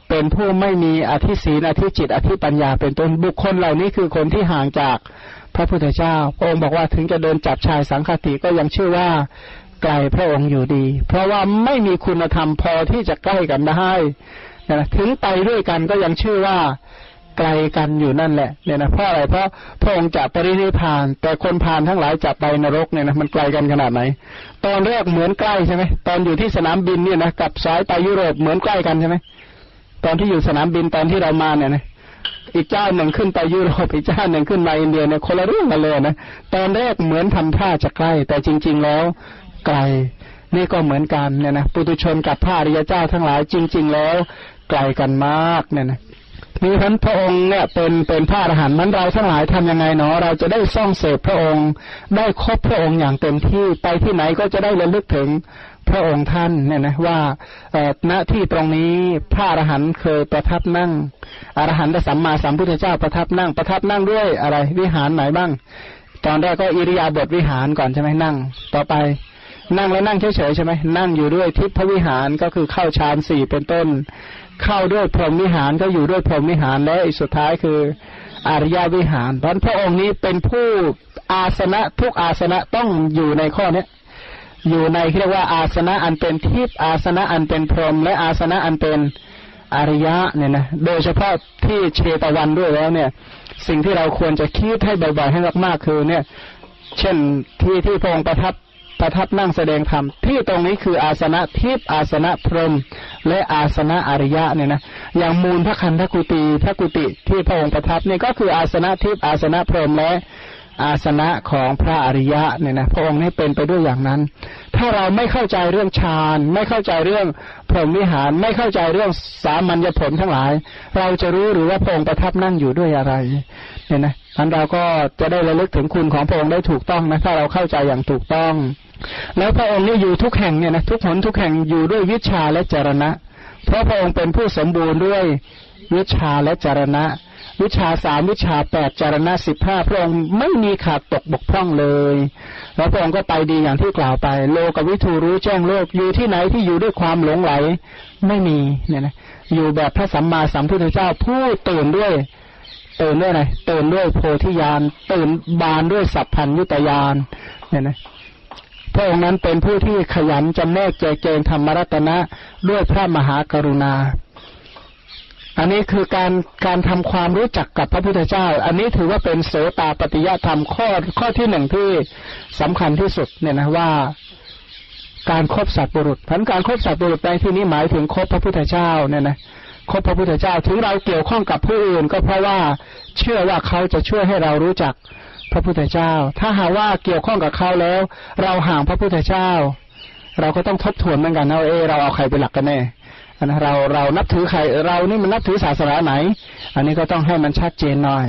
เป็นผู้ไม่มีอธิศีลอธิจิตอธิปัญญาเป็นต้นบุคคลเหล่านี้คือคนที่ห่างจากพระพุทธเจ้าพระองค์บอกว่าถึงจะเดินจับชายสังฆติก็ยังชื่อว่าไกลพระองค์อยู่ดีเพราะว่าไม่มีคุณธรรมพอที่จะใกล้กันได้นะถึงไปด้วยกันก็ยังชื่อว่าไกลกันอยู่นั่นแหละเนี่ยนะเพราะอะไรเพราะพระองค์จะปรินิพพานแต่คนพาลทั้งหลายจะไปนรกเนี่ยนะมันไกลกันขนาดไหนตอนแรกเหมือนใกล้ใช่ไหมตอนอยู่ที่สนามบินเนี่ยนะกับสายไปยุโรปเหมือนใกล้กันใช่ไหมตอนที่อยู่สนามบินตอนที่เรามาเนี่ยนะอีกเจ้าหนึ่งขึ้นไปยุโรปอีกเจ้าหนึ่งขึ้นมาอินเดียเนี่ยคนละเรื่องกันเลยนะตอนแรกเหมือนทำท่าจะใกล้แต่จริงๆแล้วไกลนี่ก็เหมือนกันเนี่ยนะปุถุชนกับพระอริยเจ้าทั้งหลายจริงๆแล้วไกลกันมากเนี่ยนะมีท่านพระองค์เนี่ยเป็นพระอรหันต์มันเราทั้งหลายทำยังไงเนาะเราจะได้ส่องเสพพระองค์ได้คบพระองค์อย่างเต็มที่ไปที่ไหนก็จะได้ระลึกถึงพระองค์ท่านเนี่ยนะว่าณที่ตรงนี้พระอรหันต์เคยประทับนั่งอรหันตสัมมาสัมพุทธเจ้าประทับนั่งด้วยอะไรวิหารไหนบ้างตอนแรกก็อิริยาบถวิหารก่อนใช่ไหมนั่งต่อไปนั่งแล้วนั่งเฉยๆใช่ไหมนั่งอยู่ด้วยทิพวิหารก็คือเข้าฌานสี่เป็นต้นเข้าด้วยพรหมวิหารก็อยู่ด้วยพรหมวิหารและสุดท้ายคืออริยวิหารเพราะพระองค์นี้เป็นผู้อาสนะทุกอาสนะต้องอยู่ในข้อนี้อยู่ในเรียกว่าอาสนะอันเป็นทิพย์อาสนะอันเป็นพรหมและอาสนะอันเป็นอริยะเนี่ยนะโดยเฉพาะที่เชตวันด้วยแล้วเนี่ยสิ่งที่เราควรจะคิดให้บ่อยๆให้มากๆคือเนี่ยเช่นที่พระองค์ประทับนั่งแสดงธรรมที่ตรงนี้คืออาสนะทิพย์อาสนะพรหมและอาสนะอริยะเนี่ยนะอย่างมูลพระคันธกุฏิที่พระองค์ประทับนี่ก็คืออาสนะทิพย์อาสนะพรหมและอาสนะของพระอริยะเนี่ยนะพระองค์นี้เป็นไปด้วยอย่างนั้นถ้าเราไม่เข้าใจเรื่องฌานไม่เข้าใจเรื่องพรหมวิหารไม่เข้าใจเรื่องสามัญญผลทั้งหลายเราจะรู้หรือว่าพระองค์ประทับนั่งอยู่ด้วยอะไรเนี่ยนะอันเราก็จะได้ระลึกถึงคุณของพระองค์ได้ถูกต้องนะถ้าเราเข้าใจอย่างถูกต้องแล้วพระองค์นี่อยู่ทุกแห่งเนี่ยนะทุกหนทุกแห่งอยู่ด้วยวิชาและจรณะเพราะพระองค์เป็นผู้สมบูรณ์ด้วยวิชาและจรณะวิชา3วิชา8จรณะ15พระองค์ไม่มีขาดตกบกพร่องเลยแล้วพระองค์ก็ไปดีอย่างที่กล่าวไปโลกวิทูรู้แจ้งโลกอยู่ที่ไหนที่อยู่ด้วยความหลงไหลไม่มีเนี่ยนะอยู่แบบพระสัมมาสัมพุทธเจ้าผู้ตื่นด้วยอะไรตื่นด้วยโพธิญาณตื่นบานด้วยสัพพัญญุตญาณเนี่ยนะพระองค์นั้นเป็นผู้ที่ขยันจำแนกแจกแจงธรรมรัตนะด้วยพระมหากรุณาอันนี้คือการทำความรู้จักกับพระพุทธเจ้าอันนี้ถือว่าเป็นโสตปัตติยธรรมข้อที่หนึ่งที่สำคัญที่สุดเนี่ยนะว่าการคบสัตว์บุรุษผลการคบสัตว์บุรุษในที่นี้หมายถึงคบพระพุทธเจ้าเนี่ยนะคบพระพุทธเจ้าถึงเราเกี่ยวข้องกับผู้อื่นก็เพราะว่าเชื่อว่าเขาจะช่วยให้เรารู้จักพระพุทธเจ้าถ้าหากว่าเกี่ยวข้องกับเขาแล้วเราห่างพระพุทธเจ้าเราก็ต้องทบทวนเหมือนกันนะเราเอาใครเป็นหลักกันแน่นะเรานับถือใครเรานี่มันนับถือศาสนาไหนอันนี้ก็ต้องให้มันชัดเจนหน่อย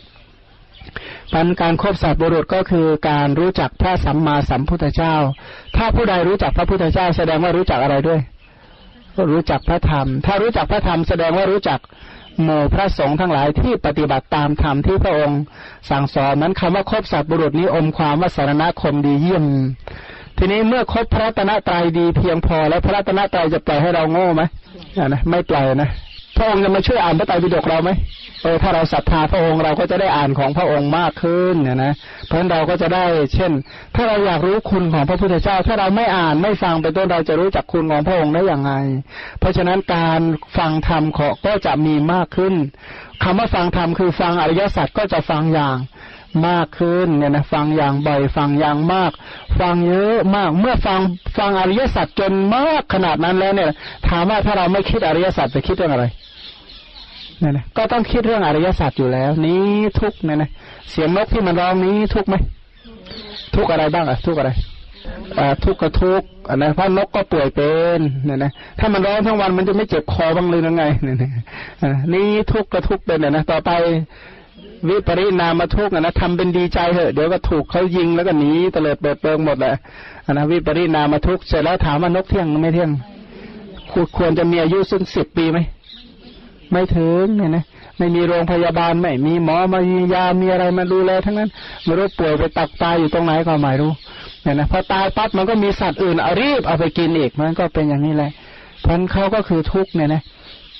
การคบสัตว์บุรุษก็คือการรู้จักพระสัมมาสัมพุทธเจ้าถ้าผู้ใดรู้จักพระพุทธเจ้าแสดงว่ารู้จักอะไรด้วยรู้จักพระธรรมถ้ารู้จักพระธรรมแสดงว่ารู้จักหมู่พระสงฆ์ทั้งหลายที่ปฏิบัติตามธรรมที่พระองค์สั่งสอนนั้นคำว่าคบสัตว์บุรุษนี้อมความว่าสรณคมดีเยี่ยมทีนี้เมื่อคบพระรัตนตรัยดีเพียงพอแล้วพระรัตนตรัยจะปล่อยให้เราโง่ไหมนะไม่ปล่อยนะพระองค์จะมาช่วยอ่านพระไตรปิฎกเราไหมถ้าเราศรัทธาพระองค์เราก็จะได้อ่านของพระองค์มากขึ้นเนี่ยนะเพราะฉะนั้นเราก็จะได้เช่นถ้าเราอยากรู้คุณของพระพุทธเจ้าถ้าเราไม่อ่านไม่ฟังเป็นต้นเราจะรู้จักคุณของพระองค์ได้อย่างไรเพราะฉะนั้นการฟังธรรมก็จะมีมากขึ้นคำว่าฟังธรรมคือฟังอริยสัจก็จะฟังอย่างมากขึ้นเนี่ยนะฟังอย่างบ่อยฟังอย่างมากฟังเยอะมากเมื่อฟังอริยสัจจนมากขนาดนั้นแล้วเนี่ยถามว่าถ้าเราไม่คิดอริยสัจจะคิดเรื่องอะไรเนี่ยนะก็ต้องคิดเรื่องอริยสัจอยู่แล้วนี้ทุกเนี่ยนะเสียงนกที่มันร้องนี้ทุกไหมทุกอะไรบ้างทุกอะไรทุกข์ก็ทุกข์นะเพราะนกก็ป่วยเป็นเนี่ยนะถ้ามันร้องทั้งวันมันจะไม่เจ็บคอบ้างเลยยังไงเนี่ยนี่ทุกข์ก็ทุกข์เป็นนะต่อไปวิปริณามทุกข์นะทำเป็นดีใจเถอะเดี๋ยวก็ถูกเขายิงแล้วก็หนีเตลิดเปิดเปิงหมดแหละนะวิปริณามทุกข์เสร็จแล้วถามว่านกเที่ยงไม่เที่ยงควรจะมีอายุสัก10 ปีไหมไม่ถึงเนี่ยนะไม่มีโรงพยาบาลไม่มีหมอมามียามีอะไรมาดูแลทั้งนั้นไม่รู้ป่วยไปตักตายอยู่ตรงไหนก็ไม่รู้เนี่ยนะพอตายปั๊บมันก็มีสัตว์อื่นเอารีบเอาไปกินอีกมันก็เป็นอย่างนี้แหละเพราะเขาก็คือทุกข์เนี่ยนะ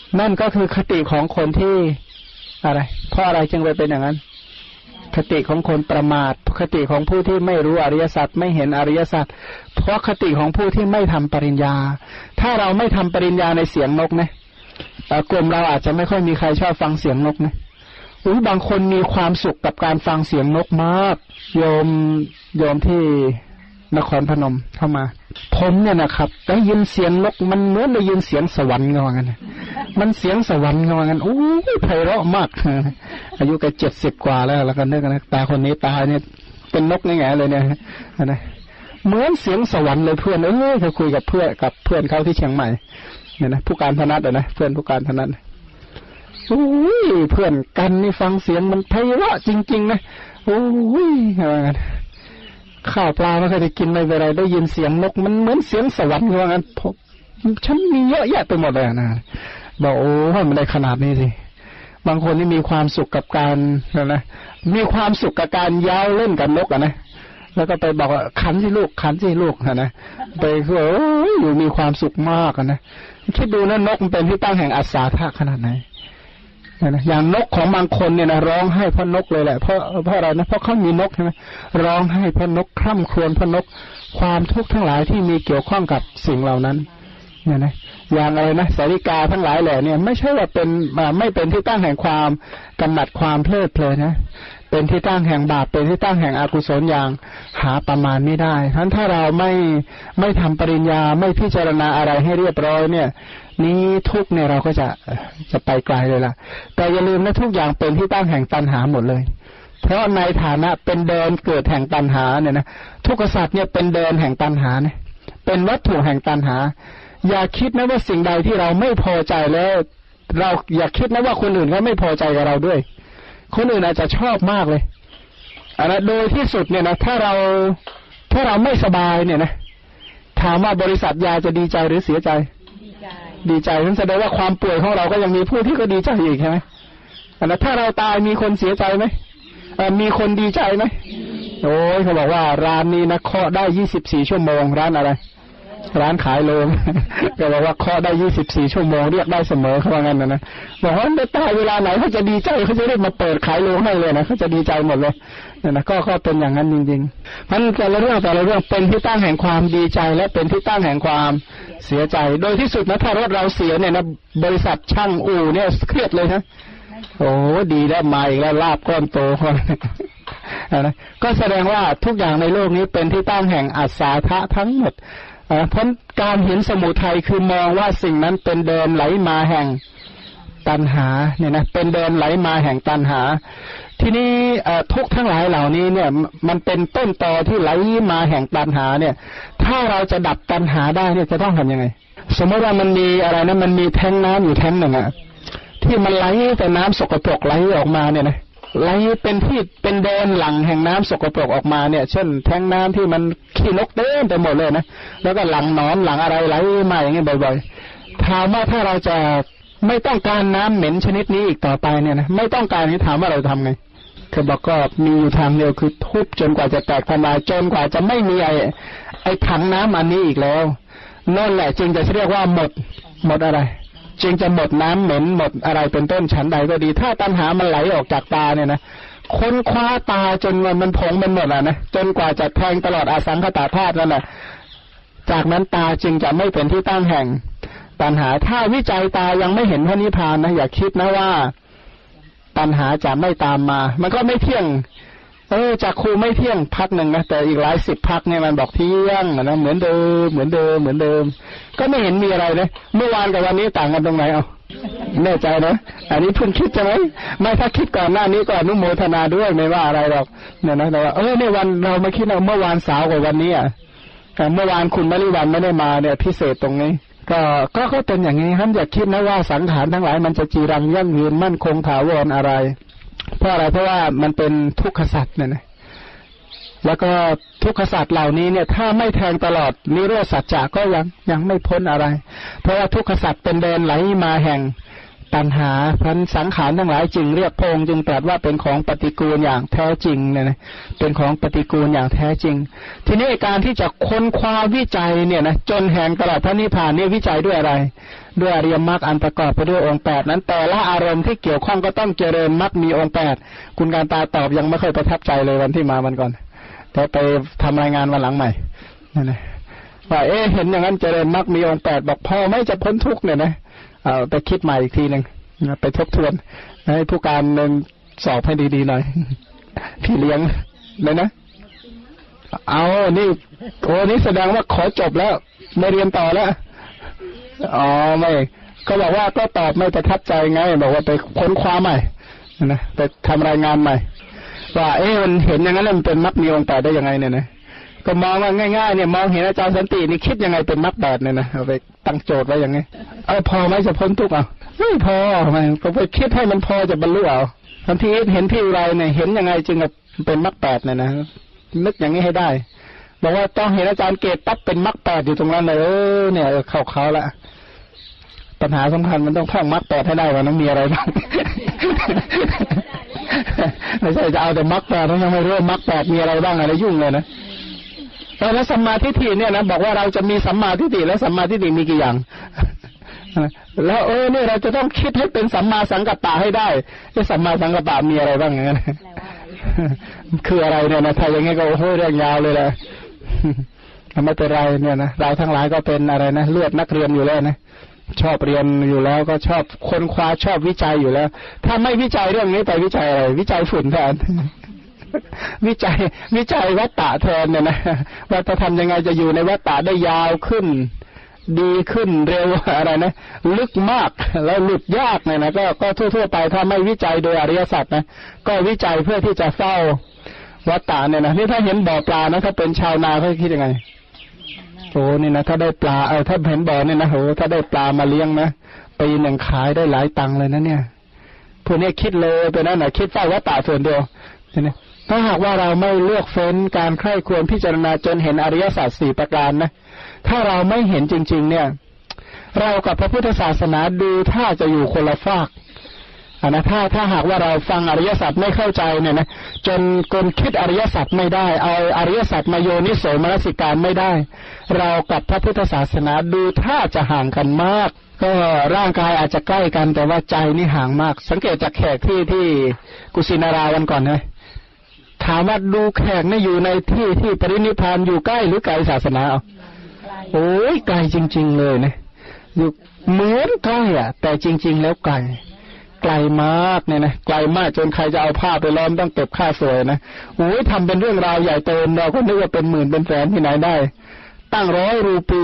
นั่นก็คือคติของคนที่อะไรเพราะอะไรจึงไปเป็นอย่างนั้นคติของคนประมาทคติของผู้ที่ไม่รู้อริยสัจไม่เห็นอริยสัจเพราะคติของผู้ที่ไม่ทำปริญญาถ้าเราไม่ทำปริญญาในเสียงนกนะกลุ่มเราอาจจะไม่ค่อยมีใครชอบฟังเสียงนกนะบางคนมีความสุขกับการฟังเสียงนกมากโยมที่นครพนมเข้ามาผมเนี่ยนะครับได้ยินเสียงนกมันเหมือนได้ยินเสียงสวรรค์ว่างั้นมันเสียงสวรรค์ว่างั้นโอ้ยไพเราะมากอายุแก70 กว่าแล้วก็นึกนะตาคนนี้ตาเนี่ยเป็นนกนี่ไงเลยเนี่ยนะเหมือนเสียงสวรรค์เลยเพื่อนเขาคุยกับเพื่อนเขาที่เชียงใหม่เนี่ยนะผู้การพนัสนะเพื่อนผู้การพนัสโอ้ยเพื่อนกันนี่ฟังเสียงมันไพเราะจริงๆนะโอ้ยว่างั้นข้าวปลาไม่เคยได้กินไม่เป็นไรได้ยินเสียงนกมันเหมือนเสียงสวรรค์ว่างั้นฉันมีเยอะแยะไปหมดเลยนะบอกโอ้ยมันได้ขนาดนี้สิบางคนนี่มีความสุขกับการนะมีความสุขกับการย้าวเล่นกับนกนะแล้วก็ไปบอกว่าขันสิลูกขันสิลูกนะไปคือโอ้ยอยู่มีความสุขมากนะคิดดูนะนกมันเป็นที่ตั้งแห่งอัศธาขนาดไหนนะอย่างนกของบางคนเนี่ยนะร้องไห้เพราะนกเลยแหละเพราะอะไรนะเพราะเขามีนกใช่ไหมร้องไห้เพราะนกคร่ำครวญเพราะนกความทุกข์ทั้งหลายที่มีเกี่ยวข้องกับสิ่งเหล่านั้นเนี่ยนะอย่างอะไรนะสาริกาทั้งหลายแหล่เนี่ยไม่ใช่ว่าเป็นไม่เป็นที่ตั้งแห่งความกำหนัดความเพลิดเพลินนะเป็นที่ตั้งแห่งบาปเป็นที่ตั้งแห่งอกุศลอย่างหาประมาณไม่ได้ฉะนั้นถ้าเราไม่ทำปริญญาไม่พิจารณาอะไรให้เรียบร้อยเนี่ยนี้ทุกเนี่ยเราก็จะไปไกลเลยล่ะแต่อย่าลืมนะทุกอย่างเป็นที่ตั้งแห่งตัณหาหมดเลยเพราะในฐานะเป็นเดินเกิดแห่งตัณหาเนี่ยนะทุกขสัตว์เนี่ยเป็นเดินแห่งตัณหาเนี่ยเป็นวัตถุแห่งตัณหาอย่าคิดนะว่าสิ่งใดที่เราไม่พอใจแล้วเราอย่าคิดนะว่าคนอื่นก็ไม่พอใจกับเราด้วยคนอื่นอาจจะชอบมากเลยนะโดยที่สุดเนี่ยนะถ้าเราไม่สบายเนี่ยนะถามว่าบริษัทยาจะดีใจหรือเสียใจดีใจนั่นแสดงว่าความป่วยของเราก็ยังมีผู้ที่ก็ดีใจอีกใช่ไหมนะถ้าเราตายมีคนเสียใจไหมมีคนดีใจไหมโอ้ยเขาบอกว่าร้านนี้นะเคาะได้24 ชั่วโมงร้านอะไรร้านขายโลงก็บอกว่าเคาะได้24 ชั่วโมงเรียกได้เสมอเขาว่างั้นนะบอกว่าไม่ตายเวลาไหนเขาจะดีใจเขาจะได้มาเปิดขายโลงให้เลยนะเขาจะดีใจหมดเลยนะก็เป็นอย่างนั้นจริงๆมันแต่ละเรื่องเป็นที่ตั้งแห่งความดีใจและเป็นที่ตั้งแห่งความเสียใจโดยที่สุดนะถ้ารถเราเสียเนี่ยนะบริษัทช่างอู่เนี่ยเครียดเลยนะโอ้ดีแล้วมาอีกแล้วลาบก้อนโตคนนะก็แสดงว่าทุกอย่างในโลกนี้เป็นที่ตั้งแห่งอัศธาทั้งหมดเพราะการเห็นสมุทัยคือมองว่าสิ่งนั้นเป็นเดินไหลมาแห่งตัณหาเนี่ยนะเป็นเดินไหลมาแห่งตัณหาทีนี้ทุกทั้งหลายเหล่านี้เนี่ยมันเป็นต้นตอที่ไหลมาแห่งตัณหาเนี่ยถ้าเราจะดับตัณหาได้เนี่ยจะต้องทำยังไงสมมติว่ามันมีอะไรนะมันมีแท้งน้ำอยู่แท้งหนึ่งอะที่มันไหลแต่น้ำสกปรกไหลออกมาเนี่ยนะไหลเป็นที่เป็นเดินหลังแห่งน้ำสกปรกออกมาเนี่ยเช่นแท้งน้ำที่มันขี้นกเต็มไปหมดเลยนะแล้วก็หลังนอนหลังอะไรไหลมาอย่างนี้บ่อยๆถามว่าถ้าเราจะไม่ต้องการน้ำเหม็นชนิดนี้อีกต่อไปเนี่ยนะไม่ต้องการนี้ถามว่าเราทำไงคือบอกก็มีอยู่ทางเดียวคือทุบจนกว่าจะแตกทำลายจนกว่าจะไม่มีไอ้ถังน้ำอันนี้อีกแล้วนั่นแหละจึงจะเรียกว่าหมดอะไรจึงจะหมดน้ำเหม็นหมดอะไรเป็นต้นฉันใดก็ดีถ้าตัณหามันไหลออกจากตาเนี่ยนะค้นคว้าตาจนมันผงมันหมดนะจนกว่าจะแทงตลอดอสังขตธาตุนั่นแหละจากนั้นตาจึงจะไม่เป็นที่ตั้งแห่งตัณหาถ้าวิจัยตายังไม่เห็นพระนิพพานนะอย่าคิดนะว่าตัณหาจะไม่ตามมามันก็ไม่เที่ยงจากครูไม่เที่ยงพักหนึ่งนะแต่อีกหลายสิบพักเนี่ยมันบอกเที่ยงนะเหมือนเดิมก็ไม่เห็นมีอะไรเลยเมื่อวานกับวันนี้ต่างกันตรงไหนเอาแน่ใจนะอันนี้เพิ่งคิดใช่ไหมไม่ถ้าคิดก่อนหน้านี้ก็อนุโมทนาด้วยไม่ว่าอะไรหรอกเนี่ยนะแต่ว่าในวันเรามาคิดว่าเมื่อวานสาวกว่าวันนี้แต่เมื่อวานคุณมฤวันไม่ได้มาเนี่ยพิเศษตรงนี้ก็เป็นอย่างนี้ท่านอย่าคิดนะว่าสังขารทั้งหลายมันจะจีรังยั่งยืนมั่นคงถาวรอะไรเพราะอะไรเพราะว่ามันเป็นทุกขสัตว์เนี่ยนะแล้วก็ทุกขสัตว์เหล่านี้เนี่ยถ้าไม่แทงตลอดนิโรธสัจจะก็ยังไม่พ้นอะไรเพราะว่าทุกขสัตว์เป็นเดินไหลมาแห่งตัณหาพันสังขารทั้งหลายจึงเรียกพระองค์จึงตรัสว่าเป็นของปฏิกูลอย่างแท้จริงเนี่ยนะเป็นของปฏิกูลอย่างแท้จริงทีนี้การที่จะค้นคว้าวิจัยเนี่ยนะจนแห่งตลอดพระนิพพานเนี่ยวิจัยด้วยอะไรด้วยอริยมรรคอันประกอบไปด้วยองค์8นั้นแต่ละอารมณ์ที่เกี่ยวข้องก็ต้องเจริญมรรคมีองค์8คุณการตาตอบยังไม่เคยประทับใจเลยวันที่มาวันก่อนแต่ไปทำรายงานวันหลังใหม่นั่นนะว่าเห็นอย่างนั้นเจริญมรรคมีองค์8บอกพอไม่จะพ้นทุกข์เนี่ยนะไปคิดใหม่อีกทีนึงไปทบทวนให้ผู้การนึงสอบให้ดีๆหน่อยพี่เลี้ยงเลยนะเอานี่โอ้นี่แสดงว่าขอจบแล้วไม่เรียนต่อแล้วอ๋อไม่ก็บอกว่าก็ตอบไม่ประทับใจไงบอกว่าไปค้นคว้าใหม่นะไปทำรายงานใหม่ว่ามันเห็นอย่างนั้นมันเป็นมรรคมีองค์8ได้ยังไงเนี่ยนะก็มองว่าง่ายๆเนี่ยมองเห็นอาจารย์สันตินี่คิดยังไงเป็นมรรค8เนี่ยนะเอาไปตั้งโจทย์ไว้อย่างไงพอไหมจะพ้นทุกข์ไม่พอมันก็ไปคิดให้มันพอจะบรรลุเอาทันทีเห็นที่ไรเนี่ยเห็นยังไงจึงเป็นมรรค8เนี่ยนะนึกอย่างนี้ให้ได้บอกว่าต้องเห็นอาจารย์เกตปั๊บเป็นมรรค8อยู่ตรงนั้นเลยเนี่ยเข้าเขาละปัญหาสำคัญมันต้องท่องมรรค8ให้ได้ว่านั้นมีอะไรบ้าง ไม่ใช่จะเอาแต่มรรค8แล้วยังไม่รู้มรรค8มีอะไรบ้างอะไรยุ่งเลยนะแล้วสัมมาทิฏฐิเนี่ยนะบอกว่าเราจะมีสัมมาทิฏฐิและสัมมาทิฏฐิมีกี่อย่างแล้วเนี่ยเราจะต้องคิดให้เป็นสัมมาสังกัปปะให้ได้สัมมาสังกัปปะมีอะไรบ้างอย่างนั้นคืออะไรเนี่ยนะถ้าอย่างงี้ก็โอ้โหเรื่องยาวเลยแหละไม่เป็นไรเนี่ยนะเราทั้งหลายก็เป็นอะไรนะเลือดนักเรียนอยู่แล้วนะชอบเรียนอยู่แล้วก็ชอบค้นคว้าชอบวิจัยอยู่แล้วถ้าไม่วิจัยเรื่องนี้ไปวิจัยอะไรวิจัยฝุ่นแทนวิจัยวัฏฏะแทนเนี่ยนะว่าจะทำยังไงจะอยู่ในวัฏฏะได้ยาวขึ้นดีขึ้นเร็วอะไรนะลึกมากแล้วหลุดยากเนี่ยนะก็ทั่วๆไปถ้าไม่วิจัยโดยอริยสัจนะก็วิจัยเพื่อที่จะเฝ้าวัฏฏะเนี่ยนะนี่ถ้าเห็นบ่อปลานะถ้าเป็นชาวนาเขาคิดยังไงโอ้นี่นะถ้าได้ปลาถ้าเห็นบ่อเนี่ยนะโหถ้าได้ปลามาเลี้ยงนะปีหนึ่งขายได้หลายตังค์เลยนะเนี่ยพวกนี้คิดเลยไปนั่นนะคิดเฝ้าวัฏฏะส่วนเดียวเนี่ยถ้าหากว่าเราไม่เลือกเฟ้นการใคร่ควรพิจารณาจนเห็นอริยสัจ4ประการนะถ้าเราไม่เห็นจริงๆเนี่ยเรากับพระพุทธศาสนาดูถ้าจะอยู่คนละฝากนะถ้าหากว่าเราฟังอริยสัจไม่เข้าใจเนี่ยนะจนคิดอริยสัจไม่ได้เอาอริยสัจมาโยนิโสมนสิการไม่ได้เรากับพระพุทธศาสนาดูถ้าจะห่างกันมากก็ร่างกายอาจจะใกล้กันแต่ว่าใจนี่ห่างมากสังเกตจากแขกที่กุสินาราวันก่อนนะถามว่าดูแขกนี่อยู่ในที่ปรินิพพานอยู่ใกล้หรือไกลศาสนาโอ้ยไกลจริงๆเลยนะอยู่เหมือนใกล้แต่จริงๆแล้วไกลมากเนี่ยนะไกลมากจนใครจะเอาผ้าไปล้อมต้องเก็บค่าสวยนะโอ้ยทำเป็นเรื่องราวใหญ่โตเราก็นึกว่าเป็นหมื่นเป็นแสนที่ไหนได้ตั้ง100 รูปี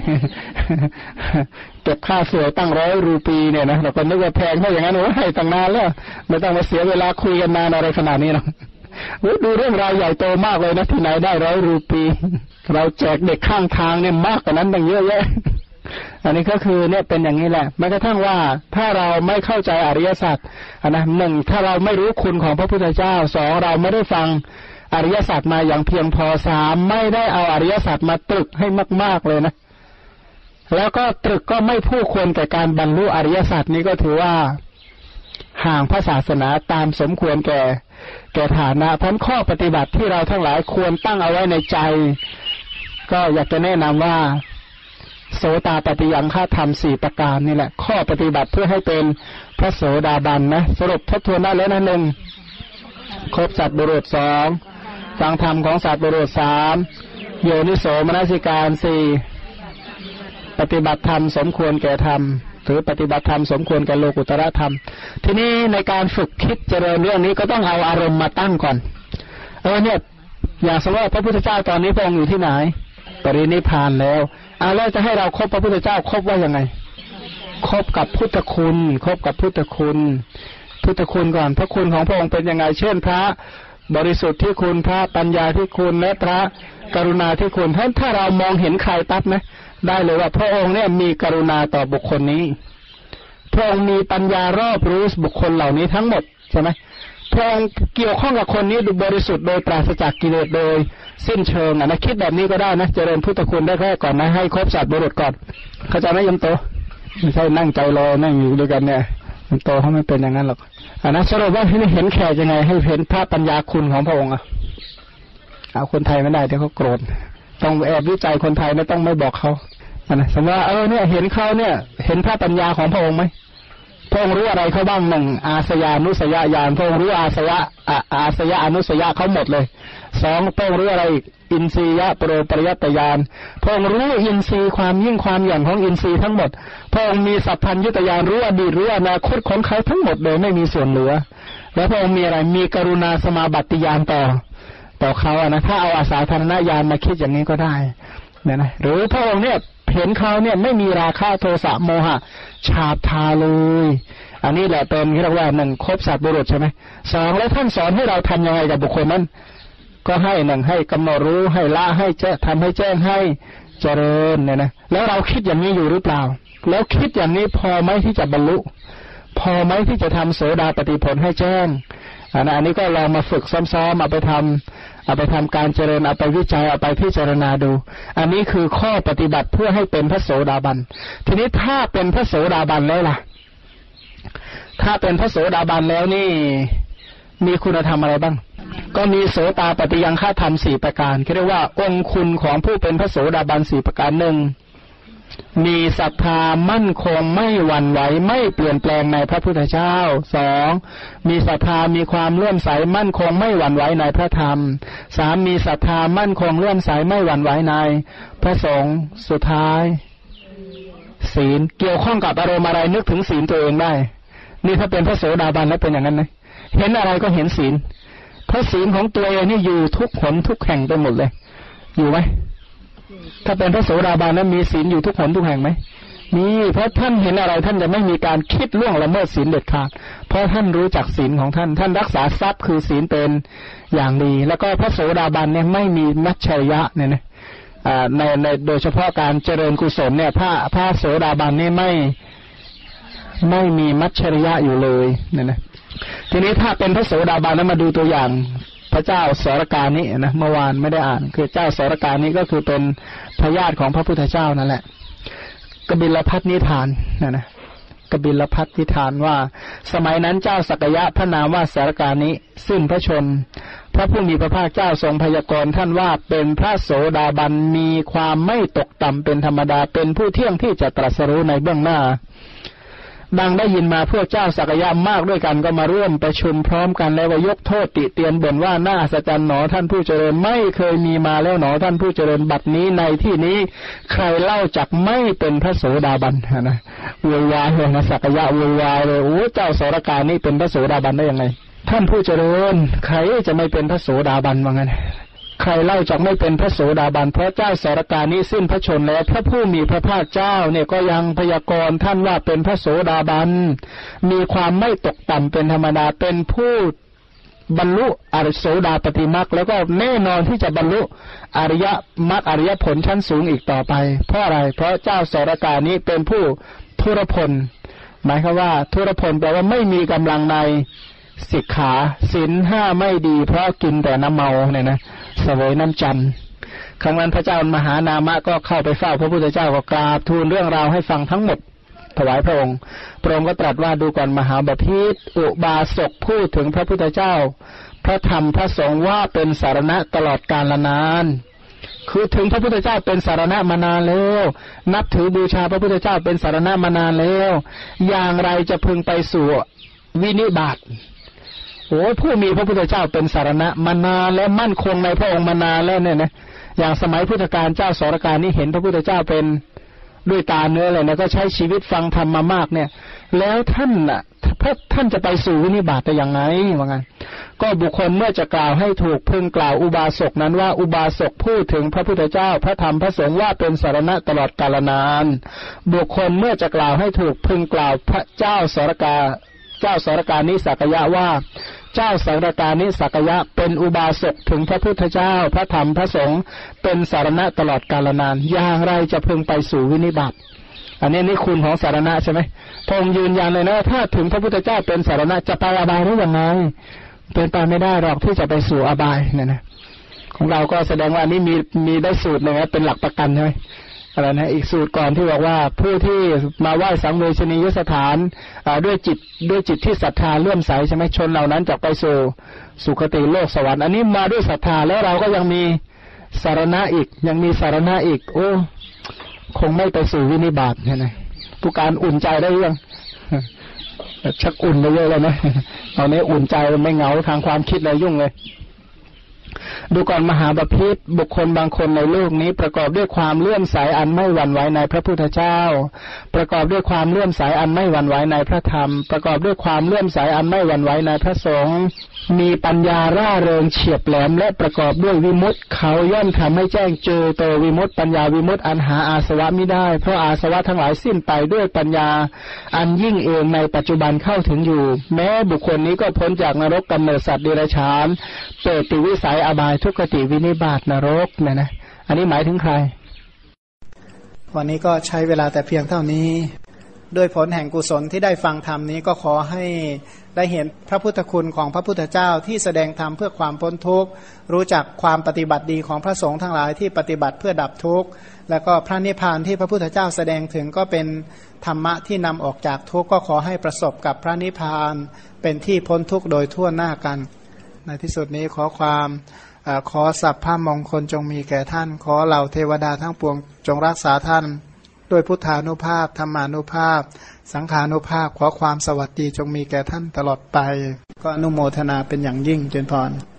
เก็บค่าสวยตั้ง100 รูปีเนี่ยนะเราก็นึกว่าแพงเท่าอย่างนั้นโอ้ให้ตั้งนานแล้วไม่ต้องมาเสียเวลาคุยกันนานอะไรขนาดนี้หรอกดูเรื่องราวใหญ่โตมากเลยนะที่ไหนได้100 รูปีเราแจกเด็กข้างทางเนี่ยมากกว่านั้นตั้งเยอะแยะอันนี้ก็คือเนี่ยเป็นอย่างนี้แหละแม้กระทั่งว่าถ้าเราไม่เข้าใจอริยสัจนะ1ถ้าเราไม่รู้คุณของพระพุทธเจ้า2เราไม่ได้ฟังอริยสัจมาอย่างเพียงพอ3ไม่ได้เอาอริยสัจมาตรึกให้มากๆเลยนะแล้วก็ตรึกก็ไม่ผู้ควรแก่การบรรลุอริยสัจนี้ก็ถือว่าห่างพระศาสนาตามสมควรแก่ฐานะเพราะข้อปฏิบัติที่เราทั้งหลายควรตั้งเอาไว้ในใจก็อยากจะแนะนำว่าโสตปฏิยังฆธรรม4ประการนี่แหละข้อปฏิบัติเพื่อให้เป็นพระโสดาบันนะสรุปทบทวนได้แล้วนะ1ครบสัตว์บุรุษ2ฟังธรรมของสัตว์บุรุษ3โยนิโสมนสิการ4ปฏิบัติธรรมสมควรแก่ธรรมหรือปฏิบัติธรรมสมควรแก่โลกุตระธรรมทีนี้ในการฝึกคิดเจริญเรื่องนี้ก็ต้องเอาอารมณ์มาตั้งก่อนเนี่ยอย่างสมมติว่าพระพุทธเจ้าตอนนี้พระองค์อยู่ที่ไหนปรินิพพานแล้วแล้วจะให้เราคบพระพุทธเจ้าคบว่ายังไงคบกับพุทธคุณคบกับพุทธคุณก่อนพระคุณของพระองค์เป็นยังไงเช่นพระบริสุทธิ์ที่คุณพระปัญญาที่คุณและพระกรุณาที่คุณถ้าเรามองเห็นใครปั๊บนะได้เลยว่าพระองค์เนี่ยมีกรุณาต่อบุคคลนี้พระองค์มีปัญญารอบรู้บุคคลเหล่านี้ทั้งหมดใช่ไหมพระองค์เกี่ยวข้องกับคนนี้ดูบริสุทธิ์โดยปราศจากกิเลสโดยสิ้นเชิงนะคิดแบบนี้ก็ได้นะเจริญพุทธคุณได้แค่ก่อนนะให้ครบสัตว์บุรุษก่อนเข้าใจไหมยมโตไม่ใช่นั่งใจรอนั่งอยู่ด้วยกันเนี่ยคนโตเขาไม่เป็นอย่างนั้นหรอกนะสรุปว่าให้เห็นแขกยังไงให้เห็นพระปัญญาคุณของพระองค์เอาคนไทยไม่ได้เดี๋ยวเขาโกรธต้องแอบวิจัยคนไทยไม่ต้องไม่บอกเขานะสมมติว่าเนี่ยเห็นเขาเนี่ยเห็นพระปัญญาของพระองค์ไหมพระองค์รู้อะไรเขาบ้างหนึ่งอาสยานุสยญาณพระองค์รู้อาสยะอนุสยะเขาหมดเลยสองพระองค์รู้อะไรอีกอินทรียะปรปริยัตญาณพระองค์รู้อินทรีย์ความยิ่งความหย่อนของอินทรีย์ทั้งหมดพระองค์มีสัพพัญญุตญาณรู้อดีตรู้อนาคตของเขาทั้งหมดโดยไม่มีส่วนเหลือแล้วพระองค์มีอะไรมีกรุณาสมาบัติญาณต่อเขานะถ้าเอาอาสาธารณญาณมาคิดอย่างนี้ก็ได้เนี่ยนะหรือพระองค์เนี่ยเห็นเขาเนี่ยไม่มีราคะโทสะโมหะฉาบทาเลยอันนี้แหละเป็นที่เรียกว่าหนึ่งครบสัตว์บุรุษใช่ไหมสองแล้วท่านสอนให้เราทำยังไงกับบุคคลนั้นก็ให้หนึ่งให้กำหนดรู้ให้ละให้ทำให้แจ้งให้เจริญเนี่ยนะแล้วเราคิดอย่างนี้อยู่หรือเปล่าแล้วคิดอย่างนี้พอไหมที่จะบรรลุพอไหมที่จะทำโสดาปฏิผลให้แจ้งอันนี้ก็ลองมาฝึกซ้อมๆเอาไปทำการเจริญเอาไปวิจัยเอาไปพิจารณาดูอันนี้คือข้อปฏิบัติเพื่อให้เป็นพระโสดาบันทีนี้ถ้าเป็นพระโสดาบันแล้วล่ะถ้าเป็นพระโสดาบันแล้วนี่มีคุณธรรมอะไรบ้างก็มีโสตาปฏิยังฆธรรม4ประการเรียกว่าองค์คุณของผู้เป็นพระโสดาบัน4ประการหนึ่งมีศรัทธามั่นคงไม่หวั่นไหวไม่เปลี่ยนแปลงในพระพุทธเจ้าสองมีศรัทธามีความเลื่อมใสมั่นคงไม่หวั่นไหวในพระธรรมสามมีศรัทธามั่นคงเลื่อมใสไม่หวั่นไหวในพระสงฆ์สุดท้ายศีลเกี่ยวข้องกับอารมณ์อะไรนึกถึงศีลตัวเองได้นี่ถ้าเป็นพระโสดาบันแล้วเป็นอย่างนั้นนะเห็นอะไรก็เห็นศีลเพราะศีลของตัวเองนี่อยู่ทุกหนทุกแห่งไปหมดเลยอยู่ไหมถ้าเป็นพระโสดาบันนั้นมีศีลอยู่ทุกหนทุกแห่งไหมมีเพราะท่านเห็นอะไรท่านจะไม่มีการคิดล่วงละเมิดศีลเด็ดขาดเพราะท่านรู้จักศีลของท่านรักษาทรัพย์คือศีลเป็นอย่างดีแล้วก็พระโสดาบันเนี่ยไม่มีมัจฉริยะเนี่ยนะในโดยเฉพาะการเจริญกุศลเนี่ยพระโสดาบันนี่ไม่มีมัจฉริยะอยู่เลยเนี่ยนะทีนี้ถ้าเป็นพระโสดาบันแล้วมาดูตัวอย่างพระเจ้าสรกานินะเมื่อวานไม่ได้อ่านคือเจ้าสรกานิก็คือเป็นพระญาติของพระพุทธเจ้านั่นแหละกบิลพัทนิทานนะกบิลพัทนิทานว่าสมัยนั้นเจ้าสักยะพระนามว่าสรกานิสิ้นพระชนพระผู้มีพระภาคเจ้าทรงพยากรณ์ท่านว่าเป็นพระโสดาบันมีความไม่ตกต่ำเป็นธรรมดาเป็นผู้เที่ยงที่จะตรัสรู้ในเบื้องหน้าดังได้ยินมาพวกเจ้าสักยะมากด้วยกันก็มาร่วมประชุมพร้อมกันแล้วว่ายกโทษติเตียนบ่นว่าน่าอัศจรรย์หนอท่านผู้เจริญไม่เคยมีมาแล้วหนอท่านผู้เจริญบัดนี้ในที่นี้ใครเล่าจักไม่เป็นพระโสดาบันนะโวยวายเลยนะสักยะโวยวายเลยโอ้เจ้าสรกานี่เป็นพระโสดาบันได้ยังไงท่านผู้เจริญใครจะไม่เป็นพระโสดาบันว่างั้นใครเล่าจักไม่เป็นพระโสดาบันเพราะเจ้าสรกานี้สิ้นพระชนแล้วพระผู้มีพระภาคเจ้าเนี่ยก็ยังพยากรณ์ท่านว่าเป็นพระโสดาบันมีความไม่ตกต่ำเป็นธรรมดาเป็นผู้บรรลุอริยโสดาปฏิมรรคแล้วก็แน่นอนที่จะบรรลุอริยมรรคอริยผลชั้นสูงอีกต่อไปเพราะอะไรเพราะเจ้าสรกานี้เป็นผู้ทุรพลหมายความว่าทุรพลแปลว่าไม่มีกำลังในสิกขาศีลห้าไม่ดีเพราะกินแต่น้ำเมาเนี่ยนะเสวยน้ำจันทร์ครั้งนั้นพระเจ้ามหานามะก็เข้าไปเฝ้าพระพุทธเจ้าก็กราบทูลเรื่องราวให้ฟังทั้งหมดถวายพระองค์พระองค์ก็ตรัสว่าดูก่อนมหาบพิตรอุบาสกพูดถึงพระพุทธเจ้าพระธรรมพระสงฆ์ว่าเป็นสารณะตลอดกาลนานคือถึงพระพุทธเจ้าเป็นสารณะมานานแล้วนับถือบูชาพระพุทธเจ้าเป็นสารณะมานานแล้วอย่างไรจะพึงไปสู่วินิบาตโอ้ผู้มีพระพุทธเจ้าเป็นสารณะมานานและมั่นคงในพระองค์มานานแล้วเนี่ยนะอย่างสมัยพุทธกาลเจ้าสรกานี่เห็นพระพุทธเจ้าเป็นด้วยตาเนื้อเลยนะก็ใช้ชีวิตฟังธรรมมามากเนี่ยแล้วท่านน่ะท่านจะไปสู่วินิบาตได้อย่างไรว่างั้นก็บุคคลเมื่อจะกล่าวให้ถูกพึงกล่าวอุบาสกนั้นว่าอุบาสกพูดถึงพระพุทธเจ้าพระธรรมพระสงฆ์ว่าเป็นสารณะตลอดกาลนานบุคคลเมื่อจะกล่าวให้ถูกพึงกล่าวพระเจ้าสรกานิสักยะว่าเจ้าสรกานิสักยะเป็นอุบาสกถึงพระพุทธเจ้าพระธรรมพระสงฆ์เป็นสารณะตลอดกาลนานอย่างไรจะพึงไปสู่วินิบาตอันนี้นี่คุณของสารณะใช่ไหมพระองค์ยืนยันเลยนะถ้าถึงพระพุทธเจ้าเป็นสารณะจะไปอบายได้ยังไงเป็นไปไม่ได้หรอกที่จะไปสู่อบายเนี่ยนะของเราก็แสดงว่านี่มีได้สูตรหนึ่งนะเป็นหลักประกันใช่ไหมอะไรนะอีกสูตรก่อนที่บอกว่าผู้ที่มาไหว้สังเวชนียสถานด้วยจิตที่ศรัทธาเลื่อมใสใช่ไหมชนเหล่านั้นจะไปสู่สุคติโลกสวรรค์อันนี้มาด้วยศรัทธาแล้วเราก็ยังมีสารณะอีกยังมีสารณะอีกโอ้คงไม่ไปสู่วินิบาตเนี่ยนะผู้การอุ่นใจได้ยังชักอุ่นไปเยอะเลยนะตอนนี้อุ่นใจไม่เหงาทางความคิดเลยยุ่งเลยดูก่อนมหาบพิตรบุคคลบางคนในโลกนี้ประกอบด้วยความเลื่อมใสอันไม่หวั่นไหวในพระพุทธเจ้าประกอบด้วยความเลื่อมใสอันไม่หวั่นไหวในพระธรรมประกอบด้วยความเลื่อมใสอันไม่หวั่นไหวในพระสงฆ์มีปัญญาร่าเริงเฉียบแหลมและประกอบด้วยวิมุตติเขาย่อมทำให้แจ้งเจอโตวิมุตติปัญญาวิมุตติอันหาอาสวะมิได้เพราะอาสวะทั้งหลายสิ้นไปด้วยปัญญาอันยิ่งเองในปัจจุบันเข้าถึงอยู่แม้บุคคลนี้ก็พ้นจากนรกกำเนิดสัตว์เดรัจฉานเปรตวิสัยอบายทุกขติวินิบาตนรกนะอันนี้หมายถึงใครวันนี้ก็ใช้เวลาแต่เพียงเท่านี้ด้วยผลแห่งกุศลที่ได้ฟังธรรมนี้ก็ขอให้ได้เห็นพระพุทธคุณของพระพุทธเจ้าที่แสดงธรรมเพื่อความพ้นทุกข์รู้จักความปฏิบัติดีของพระสงฆ์ทั้งหลายที่ปฏิบัติเพื่อดับทุกข์แล้วก็พระนิพพานที่พระพุทธเจ้าแสดงถึงก็เป็นธรรมะที่นำออกจากทุกข์ก็ขอให้ประสบกับพระนิพพานเป็นที่พ้นทุกข์โดยทั่วหน้ากันในที่สุดนี้ขอสัพพะมงคลจงมีแก่ท่านขอเหล่าเทวดาทั้งปวงจงรักษาท่านด้วยพุทธานุภาพธรรมานุภาพสังขานุภาพขอความสวัสดีจงมีแก่ท่านตลอดไปก็อนุโมทนาเป็นอย่างยิ่งเจริญพร